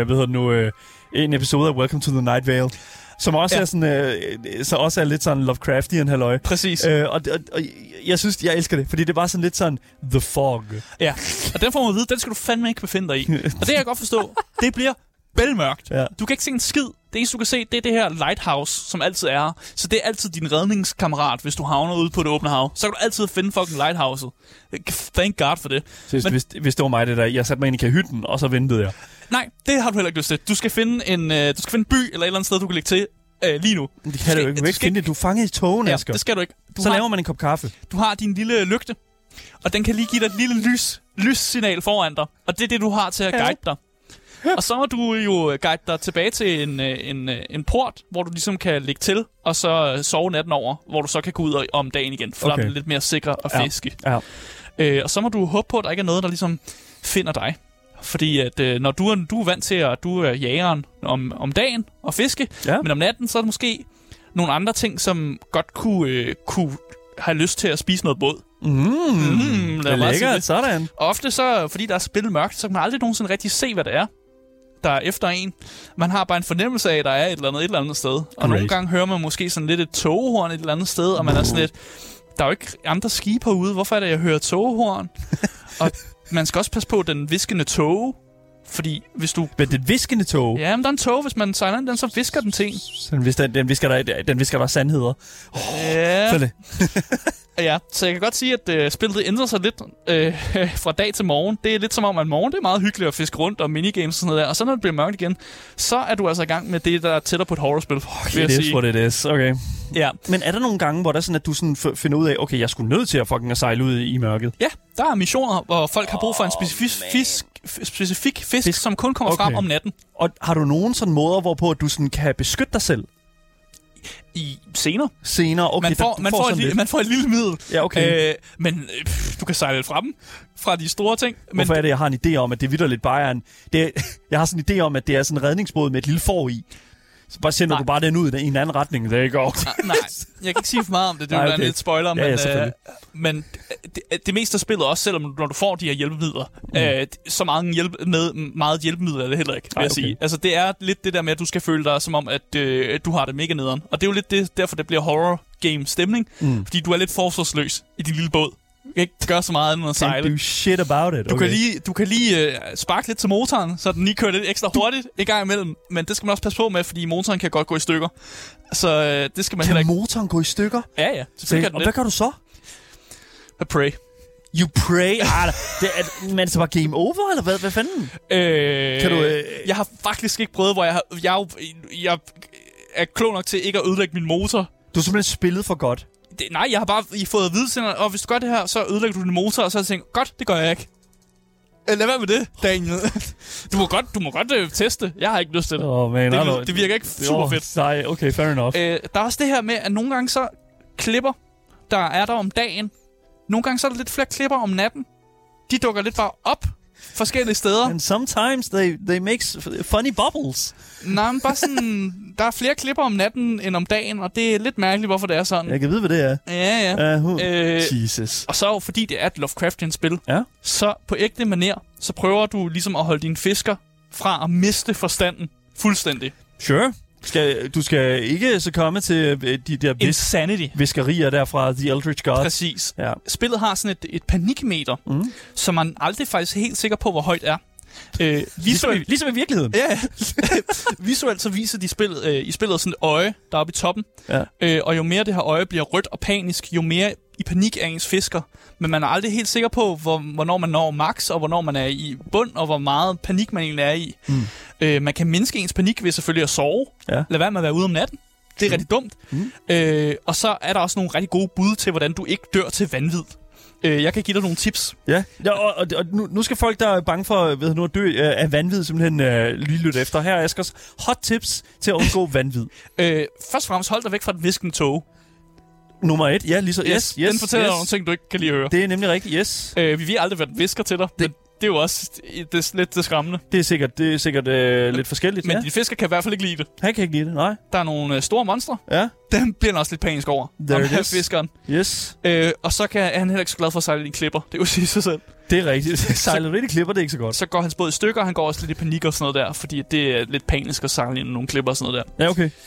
en episode af Welcome to the Night Vale, som også er sådan, så også er lidt sådan Lovecraftian halløj. Præcis. Og jeg elsker det, fordi det er bare sådan lidt sådan The Fog. Ja, og den får man at vide, den skal du fandme ikke befinde dig i. Og det kan jeg godt forstå. Det bliver bælmørkt. Ja. Du kan ikke se en skid. Det eneste, du kan se, det er det her lighthouse, som altid er. Så det er altid din redningskammerat, hvis du havner ude på det åbne hav. Så kan du altid finde fucking lighthouset. Thank God for det. Så hvis det var mig, det der, jeg satte mig ind i kahytten, og så ventede jeg. Nej, det har du heller ikke lyst til. Du skal finde en by eller et eller andet sted, du kan lægge til lige nu. Det kan du ikke. Du kan ikke finde det. Du er fanget i togen, Asger. Det skal du ikke. Laver man en kop kaffe. Du har din lille lygte, og den kan lige give dig et lille lyssignal foran dig. Og det er det, du har til at guide dig. Og så må du jo guide dig tilbage til en port, hvor du ligesom kan lægge til, og så sove natten over, hvor du så kan gå ud om dagen igen, for der er lidt mere sikre at fiske. Ja. Og så må du håbe på, at der ikke er noget, der ligesom finder dig. Fordi at når du er vant til, at du er jægeren om dagen og fiske, men om natten, så er der måske nogle andre ting, som godt kunne have lyst til at spise noget båd. Det er lækkert, sådan. Ofte så, fordi der er spillet mørkt, så kan man aldrig nogensinde rigtig se, hvad det er, der er efter en. Man har bare en fornemmelse af, at der er et eller andet sted. Og nogle gange hører man måske sådan lidt et togehorn et eller andet sted, og man er sådan lidt, der er jo ikke andre skibe herude. Hvorfor er det, jeg hører togehorn? Og man skal også passe på den viskende tåge. Fordi hvis du... Men det er et viskende tog. Ja, men der er en tog, hvis man sejler ind, så visker den ting. Den visker der sandheder. Ja. Sådan det. Ja, så jeg kan godt sige, at spillet ændrer sig lidt fra dag til morgen. Det er lidt som om, at morgen det er meget hyggeligt at fiske rundt og minigames og sådan noget der. Og så når det bliver mørkt igen, så er du altså i gang med det, der er tættere på et horrorspil. Okay, det er what it is. Okay. Ja. Men er der nogle gange, hvor der sådan, at du sådan finder ud af, okay, jeg skulle nødt til at fucking sejle ud i mørket? Ja, der er missioner, hvor folk har brug for en specifik fisk, som kun kommer frem om natten. Og har du nogen sådan måder, hvorpå du sådan kan beskytte dig selv? Senere, okay. Man får et lille middel. Ja, okay. Men du kan sejle lidt fra dem. Fra de store ting. Hvorfor er det, jeg har en idé om, at det vitterligt bare er jeg har sådan en idé om, at det er sådan en redningsbåd med et lille får i. Så bare sender du bare den ud i en anden retning. Det går. Nej, jeg kan ikke sige for meget om det. Det er jo lidt spoiler. Men det meste af spillet også, selvom når du får de her hjælpemidler, så meget hjælpemidler er det heller ikke, vil jeg sige. Altså, det er lidt det der med, at du skal føle dig som om, at du har det mega nederen. Og det er jo lidt derfor, det bliver horror game stemning. Fordi du er lidt forsvarsløs i din lille båd. Du kan ikke gøre så meget andet end at sejle. Do shit about it. Okay. Du kan lige sparke lidt til motoren, så den lige kører lidt ekstra hurtigt i gang imellem. Men det skal man også passe på med, fordi motoren kan godt gå i stykker. Så det skal man heller ikke... Kan motoren gå i stykker? Ja. Selvfølgelig kan den hvad gør du så? I pray. You pray? Men så var game over, eller hvad fanden? Kan du... Jeg har faktisk ikke prøvet, hvor jeg er klog nok til ikke at ødelægge min motor. Du har simpelthen spillet for godt. Nej, jeg har bare fået at vide, og hvis du gør det her, så ødelægger du din motor, og så har jeg tænkt, godt, det gør jeg ikke. Lad være med det, Daniel. Du må godt teste. Jeg har ikke lyst til det. Det virker ikke super fedt. Nej, okay, fair enough. Der er også det her med, at nogle gange så klipper, der er der om dagen. Nogle gange så er der lidt flere klipper om natten. De dukker lidt bare op forskellige steder. And sometimes they make funny bubbles. Nej, men bare sådan... Der er flere klipper om natten end om dagen, og det er lidt mærkeligt, hvorfor det er sådan. Jeg kan vide, hvad det er. Ja. Jesus. Og så fordi det er et Lovecraftian-spil, ja, så på ægte manér, så prøver du ligesom at holde dine fisker fra at miste forstanden fuldstændig. Sure. Du skal ikke så komme til de der viskerier der fra The Eldritch Gods. Præcis. Ja. Spillet har sådan et panikmeter, som man aldrig faktisk er helt sikker på, hvor højt er. Ligesom i virkeligheden. Ja. Visuelt så viser de i spillet sådan et øje deroppe i toppen. Ja. Og jo mere det her øje bliver rødt og panisk, jo mere i panik er ens fisker. Men man er aldrig helt sikker på, hvornår man når max, og hvornår man er i bund, og hvor meget panik man egentlig er i. Man kan mindske ens panik ved selvfølgelig at sove. Ja. Lad være med at være ude om natten. Det er rigtig dumt. Og så er der også nogle rigtig gode bud til, hvordan du ikke dør til vanvid. Jeg kan give dig nogle tips. Ja, og nu skal folk, der er bange for at dø af vanvid, simpelthen lige lytte efter. Her er Askers hot tips til at undgå vanvid. Først og fremmest hold dig væk fra den viskende tog. Nummer 1, ja, ligesom yes. Den fortæller dig nogle ting, du ikke kan lide at høre. Det er nemlig rigtigt, yes. Vi vil aldrig være den visker til dig. Det er jo også lidt det skræmmende. Det er sikkert lidt forskelligt. Men de fisker kan i hvert fald ikke lide det. Han kan ikke lide det, nej. Der er nogle store monstre. Ja. Dem bliver han også lidt panisk over. Fiskeren. Yes. Og så er han heller ikke så glad for at sejle i klipper. Det er jo sige sig selv. Det er rigtigt. Sejler du i klipper, det er ikke så godt. Så går hans båd i stykker, og han går også lidt i panik og sådan noget der. Fordi det er lidt panisk at sejle ind i nogle klipper og sådan noget der. Ja, okay.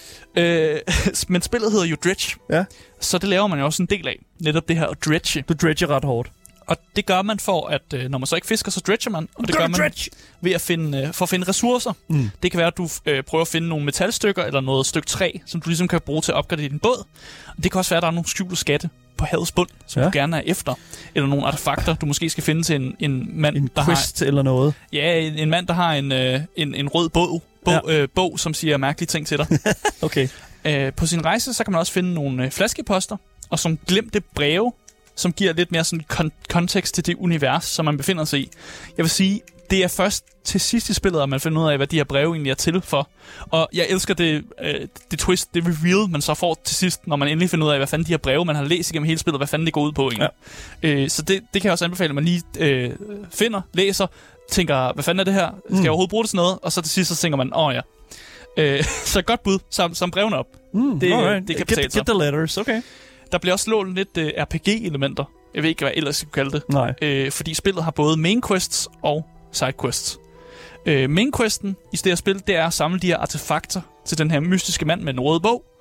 Men spillet hedder jo Dredge. Ja. Så det laver man jo også en del af. Netop det her at dredge. Du dredger ret hårdt. Og det gør man for, at når man så ikke fisker, så dredger man. Og det gør man ved at finde ressourcer. Det kan være, at du prøver at finde nogle metalstykker eller noget stykke træ, som du ligesom kan bruge til at opgradere din båd. Og det kan også være, at der er nogle skjulte skatte på havets bund, som du gerne er efter. Eller nogle artefakter, du måske skal finde til en mand, der quest har... eller noget. Ja, en mand, der har en rød bog, som siger mærkelige ting til dig. Okay. På sin rejse, så kan man også finde nogle flaskeposter, og som glemte breve, som giver lidt mere sådan kontekst til det univers, som man befinder sig i. Jeg vil sige, det er først til sidst i spillet, at man finder ud af, hvad de her breve egentlig er til for. Og jeg elsker det twist, det reveal, man så får til sidst, når man endelig finder ud af, hvad fanden de her breve, man har læst igennem hele spillet, hvad fanden det går ud på egentlig. Ja. Så det kan jeg også anbefale, at man lige finder, læser, tænker, hvad fanden er det her? Skal jeg overhovedet bruge det til noget? Og så til sidst, så tænker man, ja. Så godt bud, som brevene op. Det kan betale sig. Get the letters, okay. Der bliver også slået lidt RPG-elementer. Jeg ved ikke, hvad ellers jeg kunne kalde det. Nej. Fordi spillet har både main quests og side quests. Main questen i det her spil, det er at samle de her artefakter til den her mystiske mand med en rød bog.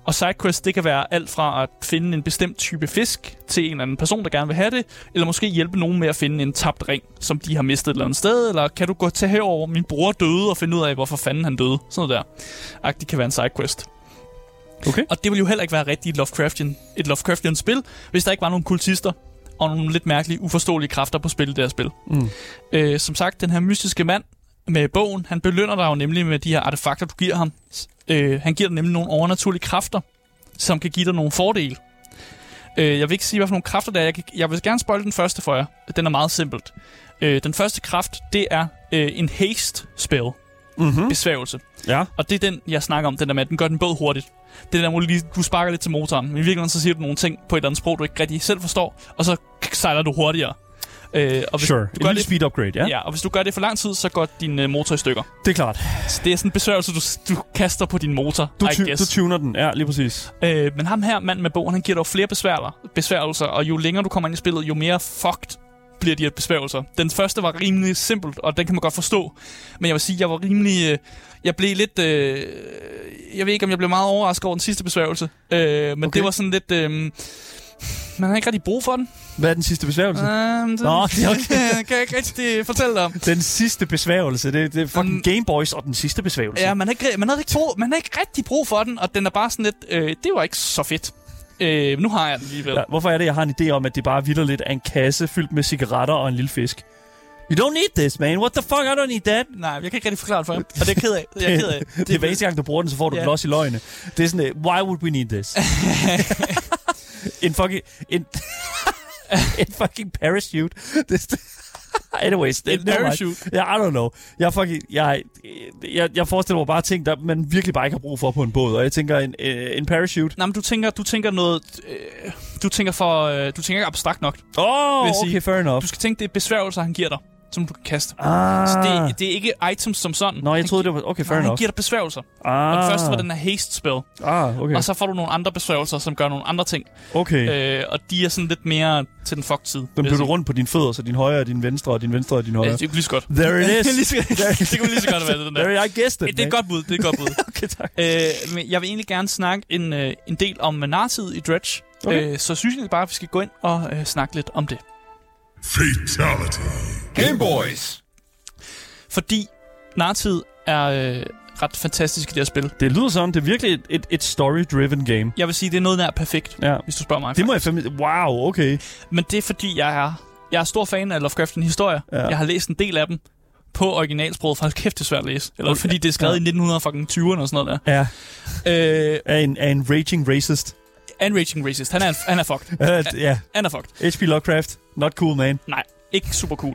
Og sidequest, det kan være alt fra at finde en bestemt type fisk til en eller anden person, der gerne vil have det, eller måske hjælpe nogen med at finde en tabt ring, som de har mistet et eller andet sted, eller kan du gå til herover, min bror døde, og finde ud af, hvorfor fanden han døde. Sådan noget der. Det kan være en sidequest. Okay. Og det vil jo heller ikke være rigtigt et Lovecraftian spil, hvis der ikke var nogle kultister og nogle lidt mærkelige, uforståelige kræfter på spil, det her spil. Som sagt, den her mystiske mand med bogen, han belønner dig jo nemlig med de her artefakter, du giver ham. Han giver dig nemlig nogle overnaturlige kræfter, som kan give dig nogle fordele. Jeg vil ikke sige, hvad for nogle kræfter det er. Jeg vil gerne spoile den første for jer. Den er meget simpelt. Den første kraft, det er en haste spell. Besværgelse. Ja. Og det er den, jeg snakker om, den der med, at den gør den båd hurtigt. Det der, hvor du sparker lidt til motoren, men i virkeligheden så siger du nogle ting på et eller andet sprog, du ikke rigtig selv forstår, og så sejler du hurtigere. Og sure. En lille speed upgrade, ja. Ja, og hvis du gør det for lang tid, så går din motor i stykker. Det er klart. Så det er sådan en besværgelse, du kaster på din motor, Du tuner den, ja, lige præcis. Men ham her, mand med bogen, han giver dig flere besværgelser, og jo længere du kommer ind i spillet, jo mere fucked bliver de her besværgelser. Den første var rimelig simpelt, og den kan man godt forstå. Men jeg vil sige, jeg var rimelig... Jeg blev lidt... jeg ved ikke, om jeg blev meget overrasket over den sidste besværgelse. Men okay. Det var sådan lidt... man har ikke rigtig brug for den. Hvad er den sidste besværgelse? Det kan jeg ikke rigtig fortælle dig om. Den sidste besværgelse, det er fucking Game Boys og den sidste besværgelse. Ja, man har ikke rigtig brug for den, og den er bare sådan lidt... det var ikke så fedt. Nu har jeg den alligevel. Ja, hvorfor er det, jeg har en idé om, at det bare vitterligt er en kasse fyldt med cigaretter og en lille fisk? You don't need this, man. What the fuck? I don't need that. Nej, jeg kan ikke rigtig forklare det for ham. Og det er ked af. Det er hver eneste gang, du bruger den, så får du den også i løgne. Det er sådan, why would we need this? en fucking parachute. Anyways, en parachute. I don't know. Jeg forestiller mig bare ting, der man virkelig bare ikke har brug for på en båd. Og jeg tænker en parachute. Nej, men du tænker noget. Du tænker ikke abstrakt nok. Okay, fair enough. Du skal tænke, det er besværgelser, han giver dig, som du kan kaste. Så det er ikke items som sådan. Nå, jeg troede, det var... Okay, fair enough. Han giver dig besværgelser. Og den første var den her haste spell. Okay. Og så får du nogle andre besværgelser, som gør nogle andre ting. Okay. Og de er sådan lidt mere til den fucked side. Den bytter rundt på dine fødder, så din højre og din venstre, og din venstre og din højre. Ja, det kunne lige så godt. There it is. Det kunne lige så godt være den der. There, I guessed it. Det er et godt bud. Okay, tak. Men jeg vil egentlig gerne snakke en del om narrativet i Dredge. Okay. Så synes jeg bare, at vi skal gå ind og snakke lidt om det. Fatality. Game Boys. Fordi narrativet er ret fantastisk i det her spil. Det lyder sådan. Det er virkelig et story-driven game. Jeg vil sige, det er noget nær perfekt, hvis du spørger mig. Det må jeg fandme... Wow, okay. Men det er fordi, jeg er stor fan af Lovecraftian historier. Ja. Jeg har læst en del af dem på originalsproget, for kæft, det er svært at læse. Eller fordi det er skrevet i 1920'erne og sådan noget der. Ja. Er en raging racist. En raging racist. Han er fucked. Han er fucked. H.P. Lovecraft. Not cool, man. Nej, ikke super cool.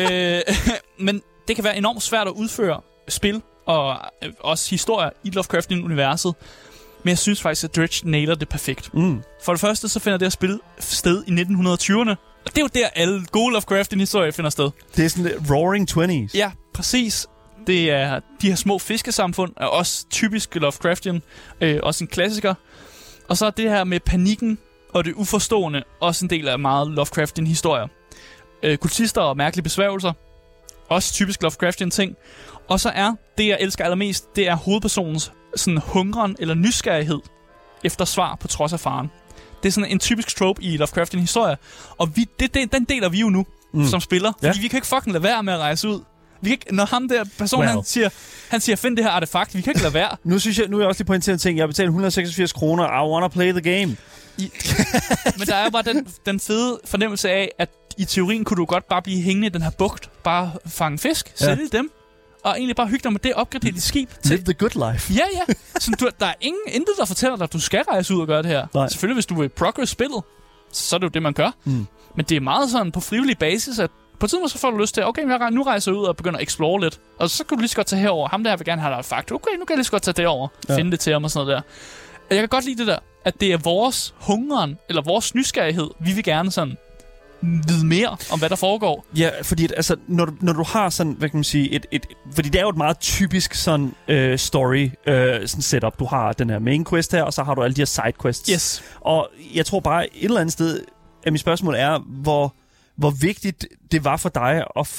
Men det kan være enormt svært at udføre spil og også historier i Lovecraftian-universet. Men jeg synes faktisk, at Dredge nailer det perfekt. For det første, så finder det her spil sted i 1920'erne. Og det er jo der, alle gode Lovecraftian-historier finder sted. Det er sådan roaring 20's. Ja, præcis. Det er de her små fiskesamfund, er også typisk Lovecraftian. Også en klassiker. Og så er det her med panikken og det uforstående også en del af meget Lovecraftian-historier. Kultister og mærkelige besværgelser. Også typisk Lovecraftian ting. Og så er det, jeg elsker allermest, det er hovedpersonens sådan hungren eller nysgerrighed efter svar på trods af faren. Det er sådan en typisk trope i Lovecraftian historie. Og den deler vi jo nu som spiller. Fordi vi kan ikke fucking lade være med at rejse ud. Vi kan ikke, når ham der person, han siger, find det her artefakt, vi kan ikke lade være. Nu er jeg også lige pointeret en ting. Jeg har betalt 186 kroner. I wanna play the game. Men der er bare den fede fornemmelse af, at i teorien kunne du godt bare blive hængende i den her bugt. Bare fange fisk, sælge dem. Og egentlig bare hygge dig med det, opgradere dit skib. Live the good life. Ja. Så der er intet, der fortæller dig, at du skal rejse ud og gøre det her. Nej. Selvfølgelig, hvis du vil progress spillet, så er det jo det, man gør. Men det er meget sådan på frivillig basis, at på tiden så får du lyst til, okay, nu rejser jeg ud og begynder at explore lidt. Og så kan du lige så godt tage herover. Ham der vil gerne have et artefakt. Okay, nu kan jeg lige så godt tage det over. Finde det til ham og sådan noget der. Jeg kan godt lide det der, at det er vores hungeren, eller vores nysgerrighed. Vi vil gerne sådan vide mere om, hvad der foregår. Ja, fordi altså, når du har sådan, hvad kan man sige, fordi det er jo et meget typisk sådan story sådan setup. Du har den her main quest her, og så har du alle de her side quests. Yes. Og jeg tror bare, et eller andet sted, at mit spørgsmål er, hvor vigtigt det var for dig at få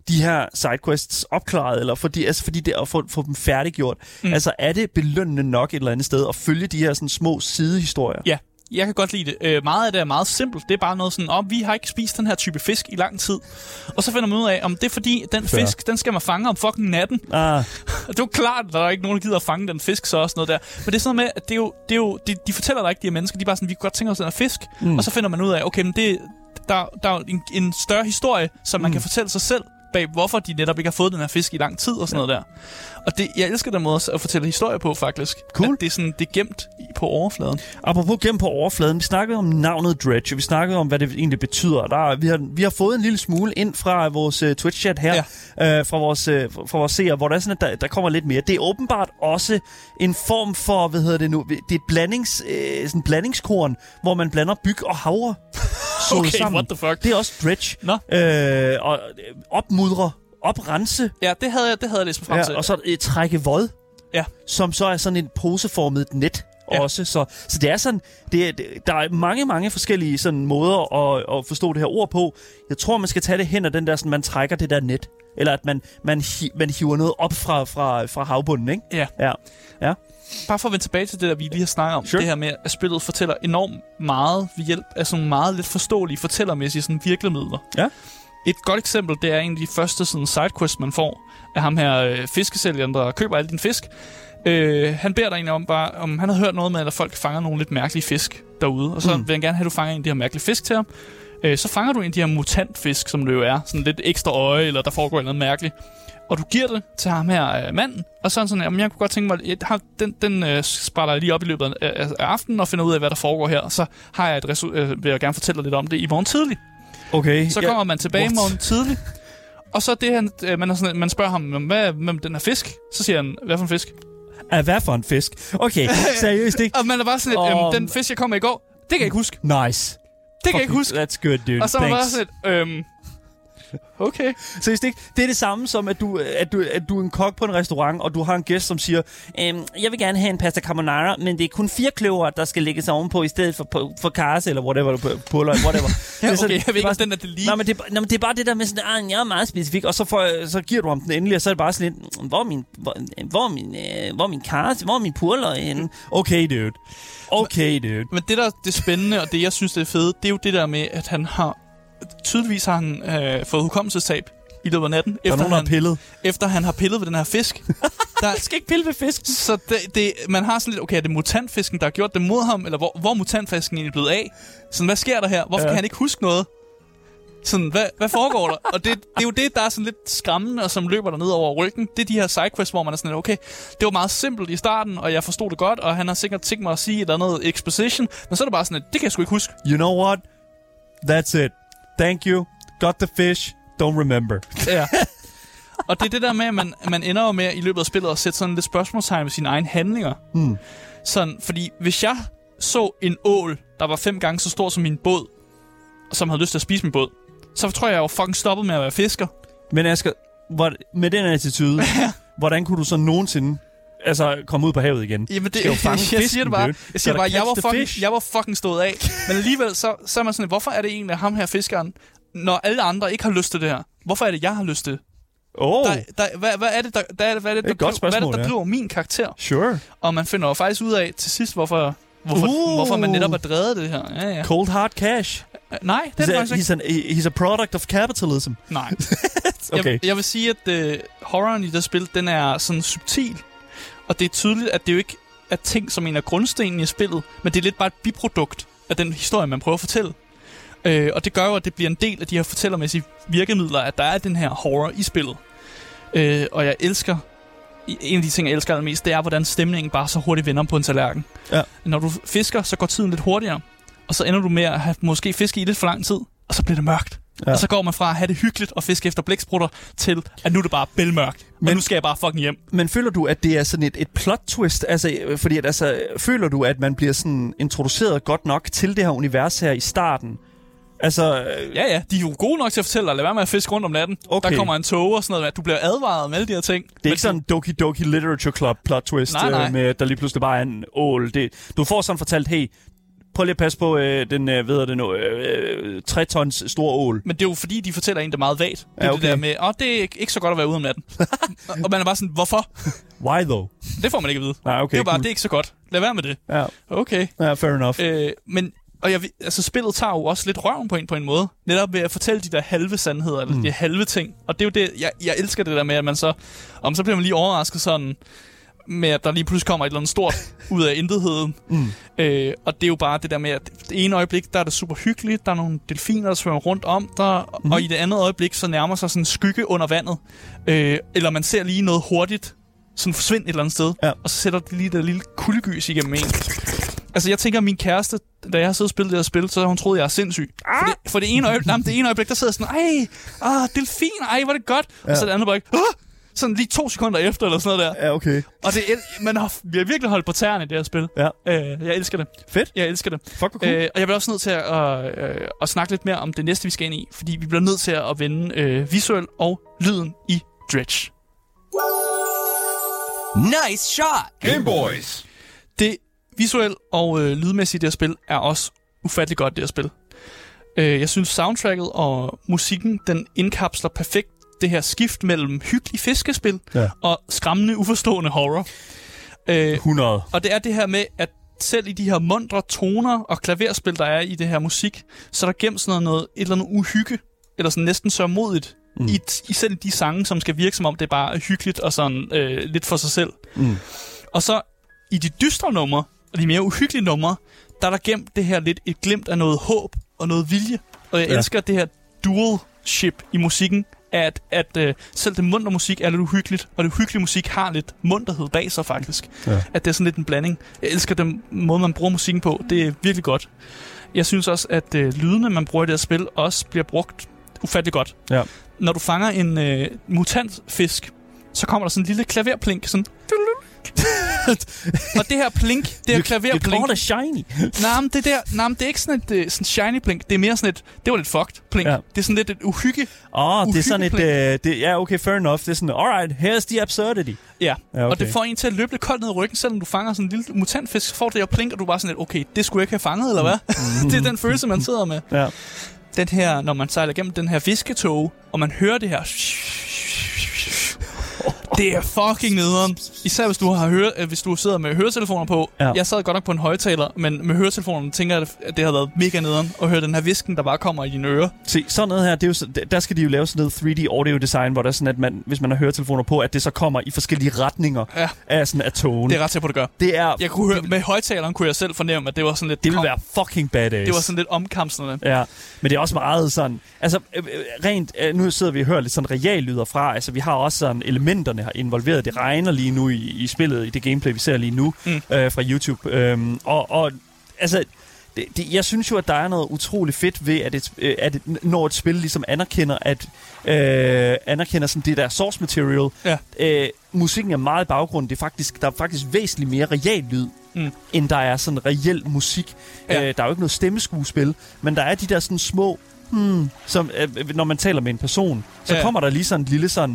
de her sidequests opklaret, eller fordi det at få dem færdiggjort. Altså, er det belønnende nok et eller andet sted at følge de her sådan små sidehistorier? Ja. Jeg kan godt lide det. Meget af det er meget simpelt. Det er bare noget sådan, vi har ikke spist den her type fisk i lang tid. Og så finder man ud af, om det er fordi, den fisk, den skal man fange om fucking natten. Det er jo klart, at der er ikke nogen, der gider at fange den fisk, så også noget der. Men det er sådan noget med, at de fortæller dig ikke, de her mennesker, de er bare sådan, vi kan godt tænke os den her fisk. Og så finder man ud af, okay, men der er en større historie, som man kan fortælle sig selv bag, hvorfor de netop ikke har fået den her fisk i lang tid og sådan noget der. Og jeg elsker den måde at fortælle historier på, faktisk. Cool. At det er gemt på overfladen. Apropos gemt på overfladen, vi snakkede om navnet Dredge, vi snakkede om, hvad det egentlig betyder. Vi har fået en lille smule ind fra vores Twitch-chat her, fra vores seere, hvor der er sådan, at der kommer lidt mere. Det er åbenbart også en form for, det er et sådan blandingskorn, hvor man blander byg og havre. Okay, sammen. what the fuck? Det er også Dredge. Og opmudre, oprense. Ja, det havde jeg læst frem til. Og så et trække vod, som så er sådan en poseformet net også. Så det er sådan, der er mange forskellige sådan måder at forstå det her ord på. Jeg tror, man skal tage det hen af den der, sådan, man trækker det der net. Eller at man hiver noget op fra havbunden, ikke? Ja. Bare for at vende tilbage til det, der vi lige har snakket om. Sure. Det her med, at spillet fortæller enormt meget ved hjælp af sådan meget lidt forståelige fortællermæssige sådan virkemidler. Ja. Et godt eksempel, det er en af de første sådan sidequests, man får af ham her fiskesælgeren, der køber alle dine fisk. Han beder dig egentlig om han har hørt noget med, at folk fanger nogle lidt mærkelige fisk derude. Og så vil han gerne have, at du fanger en af de her mærkelige fisk til ham. Så fanger du en af de her mutantfisk, som det jo er. Sådan lidt ekstra øje, eller der foregår noget mærkeligt. Og du giver det til ham her manden. Og så er sådan, jeg kunne godt tænke mig, den sprætter jeg lige op i løbet af aftenen og finder ud af, hvad der foregår her. Så har jeg vil jeg gerne fortælle dig lidt om det i morgen tidlig. Okay. Så kommer man tilbage i morgen tidlig. Og så det man spørger ham, hvad med den her fisk? Så siger han, hvad for en fisk? Hvad for en fisk? Okay, seriøst ikke? Og man er bare sådan den fisk, jeg kom med i går, det kan jeg ikke huske. Nice. Det kan jeg ikke huske. That's good, dude. Og så er man bare sådan okay. Seriøst ikke? Det er det samme som, at du er en kok på en restaurant, og du har en gæst, som siger, jeg vil gerne have en pasta carbonara, men det er kun 4 kløver, der skal lægges ovenpå, i stedet for karse, eller whatever, whatever. Ja, okay, jeg ved ikke, den er det lige. Nej, men det er bare det der med sådan, jeg er meget specifik, og så giver du ham den endelig, og så er det bare sådan lidt, hvor er min karse, hvor er min purløg henne? Okay, dude. Men det der det spændende, og det jeg synes, det er fede, det er jo det der med, at han har tydeligvis har han fået hukommelsestab i løbet af natten. Efter han har pillet ved den her fisk. Der skal ikke pille ved fisk. Så man har sådan lidt, okay, er det mutantfisken, der har gjort det mod ham? Eller hvor er mutantfisken egentlig blevet af? Sådan, hvad sker der her? Hvorfor kan han ikke huske noget? Sådan, hvad foregår der? Og det er jo det, der er sådan lidt skræmmende, og som løber der ned over ryggen. Det er de her sidequests, hvor man er sådan lidt, okay, det var meget simpelt i starten, og jeg forstod det godt, og han har sikkert tænkt mig at sige et eller andet exposition, men så er det bare sådan lidt, det kan jeg sgu ikke huske. You know what? That's it. Thank you. Got the fish. Don't remember. Ja. Og det er det der med, at man ender jo med i løbet af spillet at sætte sådan lidt spørgsmålstegn ved sine egne handlinger. Sådan, fordi hvis jeg så en ål, der var 5 gange så stor som min båd, som havde lyst til at spise min båd, så tror jeg jo fucking stoppet med at være fisker. Men Asger, med den attitude, hvordan kunne du så nogensinde komme ud på havet igen? Jamen jeg siger det bare, jeg var fucking stået af. Men alligevel så er man sådan, hvorfor er det egentlig ham her fiskeren, når alle andre ikke har lyst til det her? Hvorfor er det, jeg har lyst til det? Hvad er det, der driver min karakter? Sure. Og man finder jo faktisk ud af til sidst, hvorfor man netop har drevet det her. Ja. Cold hard cash. Nej, det er faktisk ikke. He's a product of capitalism. Nej. Okay. Jeg vil sige, at horroren i det spil, den er sådan subtil. Og det er tydeligt, at det jo ikke er ting som en af grundstenene i spillet, men det er lidt bare et biprodukt af den historie, man prøver at fortælle. Og det gør jo, at det bliver en del af de her fortællermæssige virkemidler, at der er den her horror i spillet. Og jeg elsker, en af de ting, jeg elsker allermest, det er, hvordan stemningen bare så hurtigt vender på en tallerken. Ja. Når du fisker, så går tiden lidt hurtigere, og så ender du med at have måske fiske i lidt for lang tid, og så bliver det mørkt. Ja. Og så går man fra at have det hyggeligt og fiske efter blæksprutter, til at nu er det bare bælmørkt. Men nu skal jeg bare fucking hjem. Men føler du, at det er sådan et plot twist? Fordi føler du, at man bliver sådan introduceret godt nok til det her univers her i starten? Ja, de er jo gode nok til at fortælle dig, lad være med at fiske rundt om natten. Okay. Der kommer en tog og sådan noget, at du bliver advaret med alle de her ting. Det er ikke sådan en Doki Doki Literature Club plot twist, med der lige pludselig bare er en ål. Du får sådan fortalt, hey, prøv lige at passe på den, 3 tons store ål. Men det er jo fordi, de fortæller en, der er meget vagt. Det er okay. det der med, det er ikke så godt at være ude om natten. Og man er bare sådan, hvorfor? Why though? Det får man ikke at vide. Nej, okay, det er bare, cool. det er ikke så godt. Lad være med det. Ja. Okay. Ja, fair enough. Spillet tager jo også lidt røven på en måde. Netop ved at fortælle de der halve sandheder, eller de halve ting. Og det er jo det, jeg elsker det der med, at man så bliver man lige overrasket sådan, med at der lige pludselig kommer et eller andet stort ud af intetheden. Og det er jo bare det der med, at det ene øjeblik, der er det super hyggeligt, der er nogle delfiner, der svømmer rundt om der, og i det andet øjeblik, så nærmer sig sådan en skygge under vandet. Eller man ser lige noget hurtigt, sådan forsvinde et eller andet sted, og så sætter det lige det lille kuldegys igennem en. Altså, jeg tænker, at min kæreste, da jeg har siddet og spillet det her spil, så har hun troet, jeg er sindssyg. For det ene øjeblik, der sidder sådan, delfin, hvor er det godt. Og så det andet øjeblik, sådan lige 2 sekunder efter, eller sådan noget der. Ja, okay. Og vi har virkelig holdt på tæerne i det her spil. Ja. Jeg elsker det. Fedt. Jeg elsker det. Fuck, cool. Og jeg bliver også nødt til at snakke lidt mere om det næste, vi skal ind i. Fordi vi bliver nødt til at vende visuel og lyden i Dredge. Nice shot! Game Boys. Det visuelt og lydmæssigt i det her spil er også ufattelig godt, det her spil. Jeg synes, soundtracket og musikken, den indkapsler perfekt det her skift mellem hyggelig fiskespil og skræmmende, uforstående horror. 100. Og det er det her med, at selv i de her mundre toner og klaverspil, der er i det her musik, så er der gemt sådan noget et eller andet uhygge, eller sådan næsten sørgmodigt, i selv de sange, som skal virke som om det er bare hyggeligt og sådan lidt for sig selv. Og så i de dystre numre, og de mere uhyggelige numre, der er der gemt det her lidt et glimt af noget håb og noget vilje. Og jeg elsker det her dualship i musikken, at selv det muntre musik er lidt uhyggeligt, og det uhyggelige musik har lidt munterhed bag sig faktisk. Ja. At det er sådan lidt en blanding. Jeg elsker den måde, man bruger musikken på. Det er virkelig godt. Jeg synes også, at lydene, man bruger i det her spil, også bliver brugt ufattelig godt. Ja. Når du fanger en mutantfisk, så kommer der sådan en lille klaverplink, sådan... Og det her plink, det her klaverplink... Det er shiny. Nej, det er ikke sådan et sådan shiny plink. Det er mere sådan et... Det var lidt fucked plink. Ja. Det er sådan lidt et uhygge. Det er sådan et... ja, okay, fair enough. Det er sådan, alright, here's the absurdity. Ja, okay. Og det får en til at løbe lidt koldt ned i ryggen, selvom du fanger sådan en lille mutantfisk, så får det her plink, og du er bare sådan lidt, okay, det skulle jeg ikke have fanget, eller hvad? Det er den følelse, man sidder med. Ja. Den her, når man sejler gennem den her fisketog, og man hører det her... Det er fucking nederen. Især hvis du sidder med høretelefoner på. Ja. Jeg sad godt nok på en højtaler, men med høretelefonerne tænker jeg, at det har været mega nederen at høre den her visken, der bare kommer i dine ører. Se, sådan noget her, det er jo, der skal de jo lave sådan noget 3D audio design, hvor der er sådan, at hvis man har høretelefoner på, at det så kommer i forskellige retninger af tone. Det er ret til på, det gør. Jeg kunne høre, med højtaleren kunne jeg selv fornemme, at det var sådan lidt... Det ville være fucking badass. Det var sådan lidt omkamslende. Ja, men det er også meget sådan... Altså, rent... Nu sidder vi og hører lidt sådan reallyder fra. Altså, vi har også sådan elementerne her involveret. Det regner lige nu i spillet, i det gameplay, vi ser lige nu fra YouTube. Altså... Jeg synes jo, at der er noget utroligt fedt ved, at når et spil ligesom anerkender sådan det der source material. Ja. Musikken er meget i baggrunden. Der er faktisk væsentligt mere real lyd, end der er sådan reel musik. Ja. Der er jo ikke noget stemmeskuespil, men der er de der sådan små, som når man taler med en person, så kommer der lige sådan en lille sådan,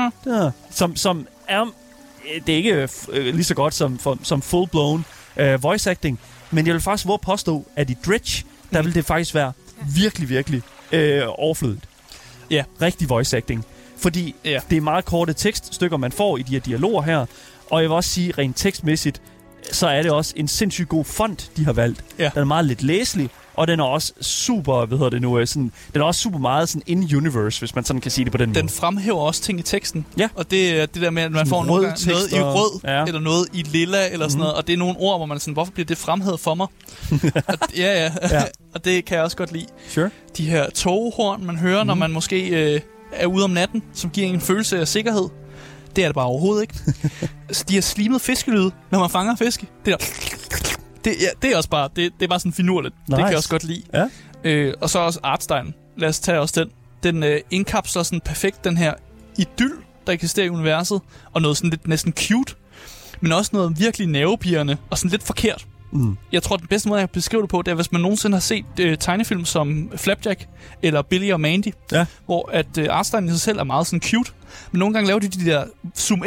som er, det er ikke lige så godt som full-blown voice acting. Men jeg vil faktisk våge påstå, at i Dredge, der vil det faktisk være virkelig, virkelig overflødigt. Ja. Rigtig voice acting. Fordi det er meget korte tekststykker, man får i de her dialoger her. Og jeg vil også sige, rent tekstmæssigt, så er det også en sindssygt god font, de har valgt. Ja. Den er meget lidt læselig, og den er også super, den er også super meget sådan in-universe, hvis man sådan kan sige det på den måde. Den fremhæver også ting i teksten. Ja. Og det er det der med, at man får noget i rød, eller noget i lilla, eller sådan noget. Og det er nogle ord, hvor man sådan, hvorfor bliver det fremhævet for mig? Ja. Og det kan jeg også godt lide. Sure. De her togehorn, man hører, når man måske er ude om natten, som giver en følelse af sikkerhed. Det er det bare overhovedet ikke. De her slimede fiskelyde, når man fanger fisk. Det er også bare, det er bare sådan finurligt. Nice. Det kan jeg også godt lide. Ja. Og så også artstylen. Lad os tage også den. Den indkapsler sådan perfekt den her idyll, der eksisterer i universet, og noget sådan lidt næsten cute, men også noget virkelig nervepirrende og sådan lidt forkert. Jeg tror, den bedste måde, jeg kan beskrive det på, det er, hvis man nogensinde har set tegnefilm som Flapjack eller Billy og Mandy, hvor at artstylen i sig selv er meget sådan cute, men nogle gange laver de der zoom ind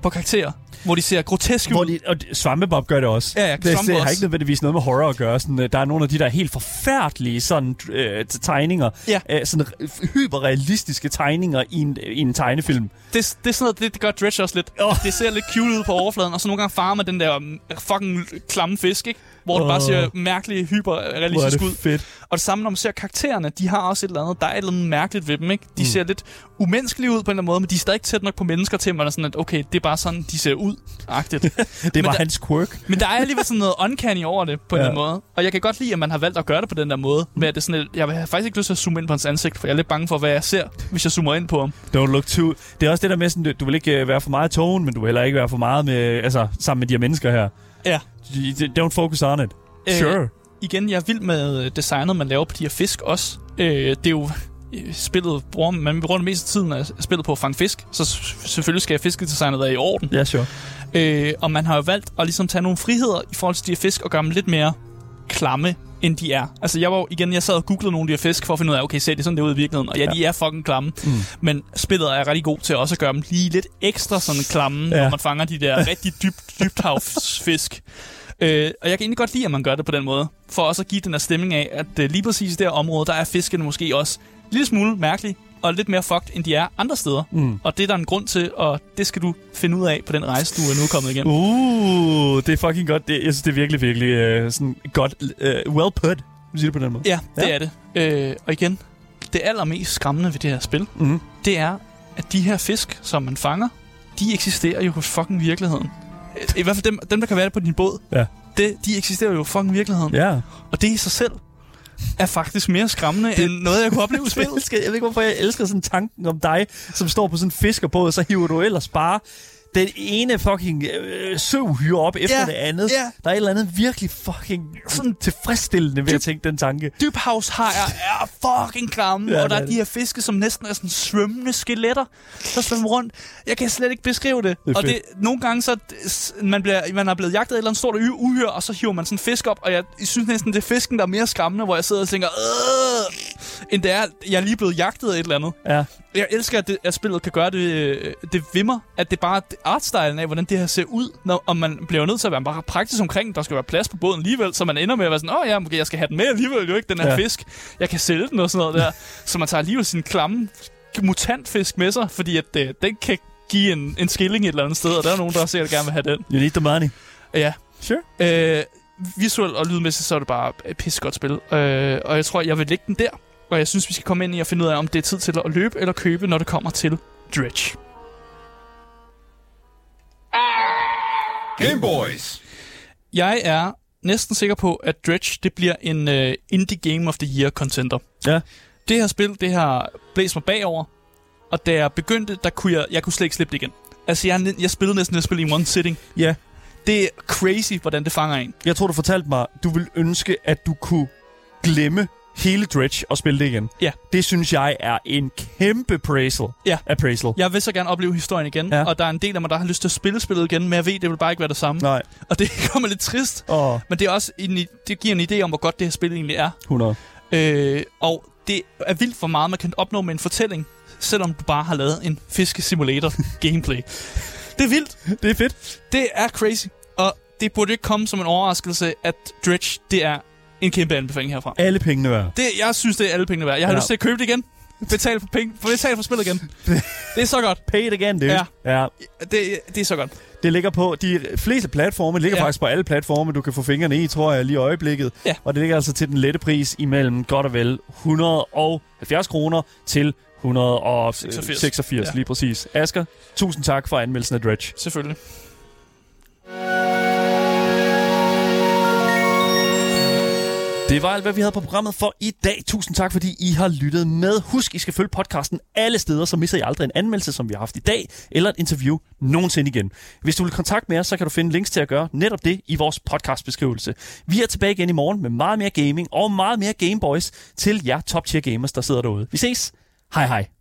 på karakterer, hvor de ser groteske ud. Og Svampebob gør det også. Ja, det har ikke nødvendigvis noget med horror at gøre. Sådan, der er nogle af de der helt forfærdelige sådan, tegninger. Ja. Sådan hyperrealistiske tegninger i en tegnefilm. Det er sådan noget, det gør Dredge også lidt. Det ser lidt cute ud på overfladen, og så nogle gange farer med den der fucking klamme fisk, ikke? Hvor det bare ser mærkeligt hyperrealistisk ud. Fedt. Og det samme, når man ser karaktererne, de har også et eller andet, der er et eller andet mærkeligt ved dem, ikke? De ser lidt umenneskelige ud på en eller anden måde, men de er stadig tæt nok på mennesker til, at man er sådan, at okay, det er bare sådan, de ser ud-agtigt. Det er bare hans quirk. Men der er alligevel sådan noget uncanny over det, på en eller anden måde. Og jeg kan godt lide, at man har valgt at gøre det på den der måde, med at det sådan, jeg har faktisk ikke lyst til at zoome ind på hans ansigt, for jeg er lidt bange for, hvad jeg ser, hvis jeg zoomer ind på ham. Don't look too... Det er også det der med sådan, du vil ikke være for meget tone, men du vil heller ikke være for meget med, altså, sammen med de her mennesker her. Ja. Don't focus on it. Sure. Igen, jeg er vild med designet, man laver på de her fisk også. Det er jo spillet, man bruger det meste af tiden af spillet på at fange fisk, så selvfølgelig skal fiskedesignet være i orden. Ja, sure. Og man har jo valgt at ligesom tage nogle friheder i forhold til de her fisk og gøre dem lidt mere klamme, end de er. Altså, jeg sad og googlede nogle af de her fisk for at finde ud af, okay, ser det sådan der ud i virkeligheden? Og ja, de er fucking klamme. Men spillet er rigtig god til også at gøre dem lige lidt ekstra sådan klamme, når man fanger de der rigtig dybthavsfisk. Og jeg kan egentlig godt lide, at man gør det på den måde, for også at give den der stemning af, at lige præcis det her område, der er fiskene måske også en lille smule mærkelige, og lidt mere fucked, end de er andre steder. Og det er der en grund til, og det skal du finde ud af på den rejse, du er nu kommet igennem. Det er fucking godt. Jeg synes, det er virkelig, virkelig sådan godt, well put. Du siger det på den måde. Ja, det er det. Og igen, det allermest skræmmende ved det her spil, det er, at de her fisk, som man fanger, de eksisterer jo i fucking virkeligheden. I hvert fald dem der kan være på din båd, de eksisterer jo i fucking virkeligheden. Ja. Og det i sig selv er faktisk mere skræmmende end noget, jeg kunne opleve i spillet. Jeg ved ikke, hvorfor jeg elsker sådan tanken om dig, som står på sådan en fiskerbåd, så hiver du ellers bare den ene fucking søvhyre op efter det andet. Yeah. Der er et eller andet virkelig fucking sådan tilfredsstillende ved at tænke den tanke. Dybhavshajer er fucking klamme, og der er de her fiske, som næsten er sådan svømmende skeletter, der svømmer rundt. Jeg kan slet ikke beskrive det. Og det nogle gange så man er blevet jagtet af et eller andet stort uhyre, og så hiver man sådan en fisk op, og jeg synes næsten, det er fisken, der er mere skræmmende, hvor jeg sidder og tænker, end det er, jeg er lige blevet jagtet af et eller andet. Ja. Jeg elsker, at spillet kan gøre det vimmer, at det bare artstylen af, hvordan det her ser ud, og man bliver nødt til at være bare praktisk omkring, der skal være plads på båden alligevel, så man ender med at være sådan, okay, jeg skal have den med alligevel, jo ikke, den her fisk. Jeg kan sælge den og sådan noget der. Så man tager alligevel sin klamme mutantfisk med sig, fordi at den kan give en skilling et eller andet sted, og der er nogen, der sikkert gerne vil have den. You need the money. Ja. Sure. Visuelt og lydmæssigt, så er det bare et pissegodt spil. Og jeg tror, jeg vil lægge den der. Og jeg synes, vi skal komme ind i og finde ud af, om det er tid til at løbe eller købe, når det kommer til Dredge. Game Boys. Jeg er næsten sikker på, at Dredge det bliver en Indie Game of the Year contender. Ja. Det her spil, det har blæst mig bagover. Og da jeg begyndte, jeg kunne slet ikke slippe det igen. Altså, jeg spillede næsten det spil i one sitting. Ja. Det er crazy, hvordan det fanger en. Jeg tror, du fortalte mig, du ville ønske, at du kunne glemme hele Dredge og spille det igen. Ja. Det synes jeg er en kæmpe appraisal. Jeg vil så gerne opleve historien igen, og der er en del af mig, der har lyst til at spille spillet igen, men jeg ved, det vil bare ikke være det samme. Nej. Og det kommer lidt trist. Men det er også det giver en idé om, hvor godt det her spil egentlig er. 100. Og det er vildt for meget, man kan opnå med en fortælling, selvom du bare har lavet en fiskesimulator gameplay. Det er vildt. Det er fedt. Det er crazy. Og det burde ikke komme som en overraskelse, at Dredge, det er en kæmpe anbefaling herfra. Alle pengene værd. Jeg synes, det er alle pengene værd. Jeg har lyst til at købe det igen. Betal for spillet igen. Det er så godt. Pay it again, dude. Ja. Det er så godt. Det ligger på de fleste platforme. Det ligger faktisk på alle platforme, du kan få fingrene i, tror jeg, lige i øjeblikket. Ja. Og det ligger altså til den lette pris imellem godt og vel 170 kroner til 186 lige præcis. Asger, tusind tak for anmeldelsen af Dredge. Selvfølgelig. Det var alt, hvad vi havde på programmet for i dag. Tusind tak, fordi I har lyttet med. Husk, I skal følge podcasten alle steder, så misser I aldrig en anmeldelse, som vi har haft i dag, eller et interview nogensinde igen. Hvis du vil kontakte med os, så kan du finde links til at gøre netop det i vores podcastbeskrivelse. Vi er tilbage igen i morgen med meget mere gaming og meget mere Game Boys til jer top tier gamers, der sidder derude. Vi ses. Hej hej.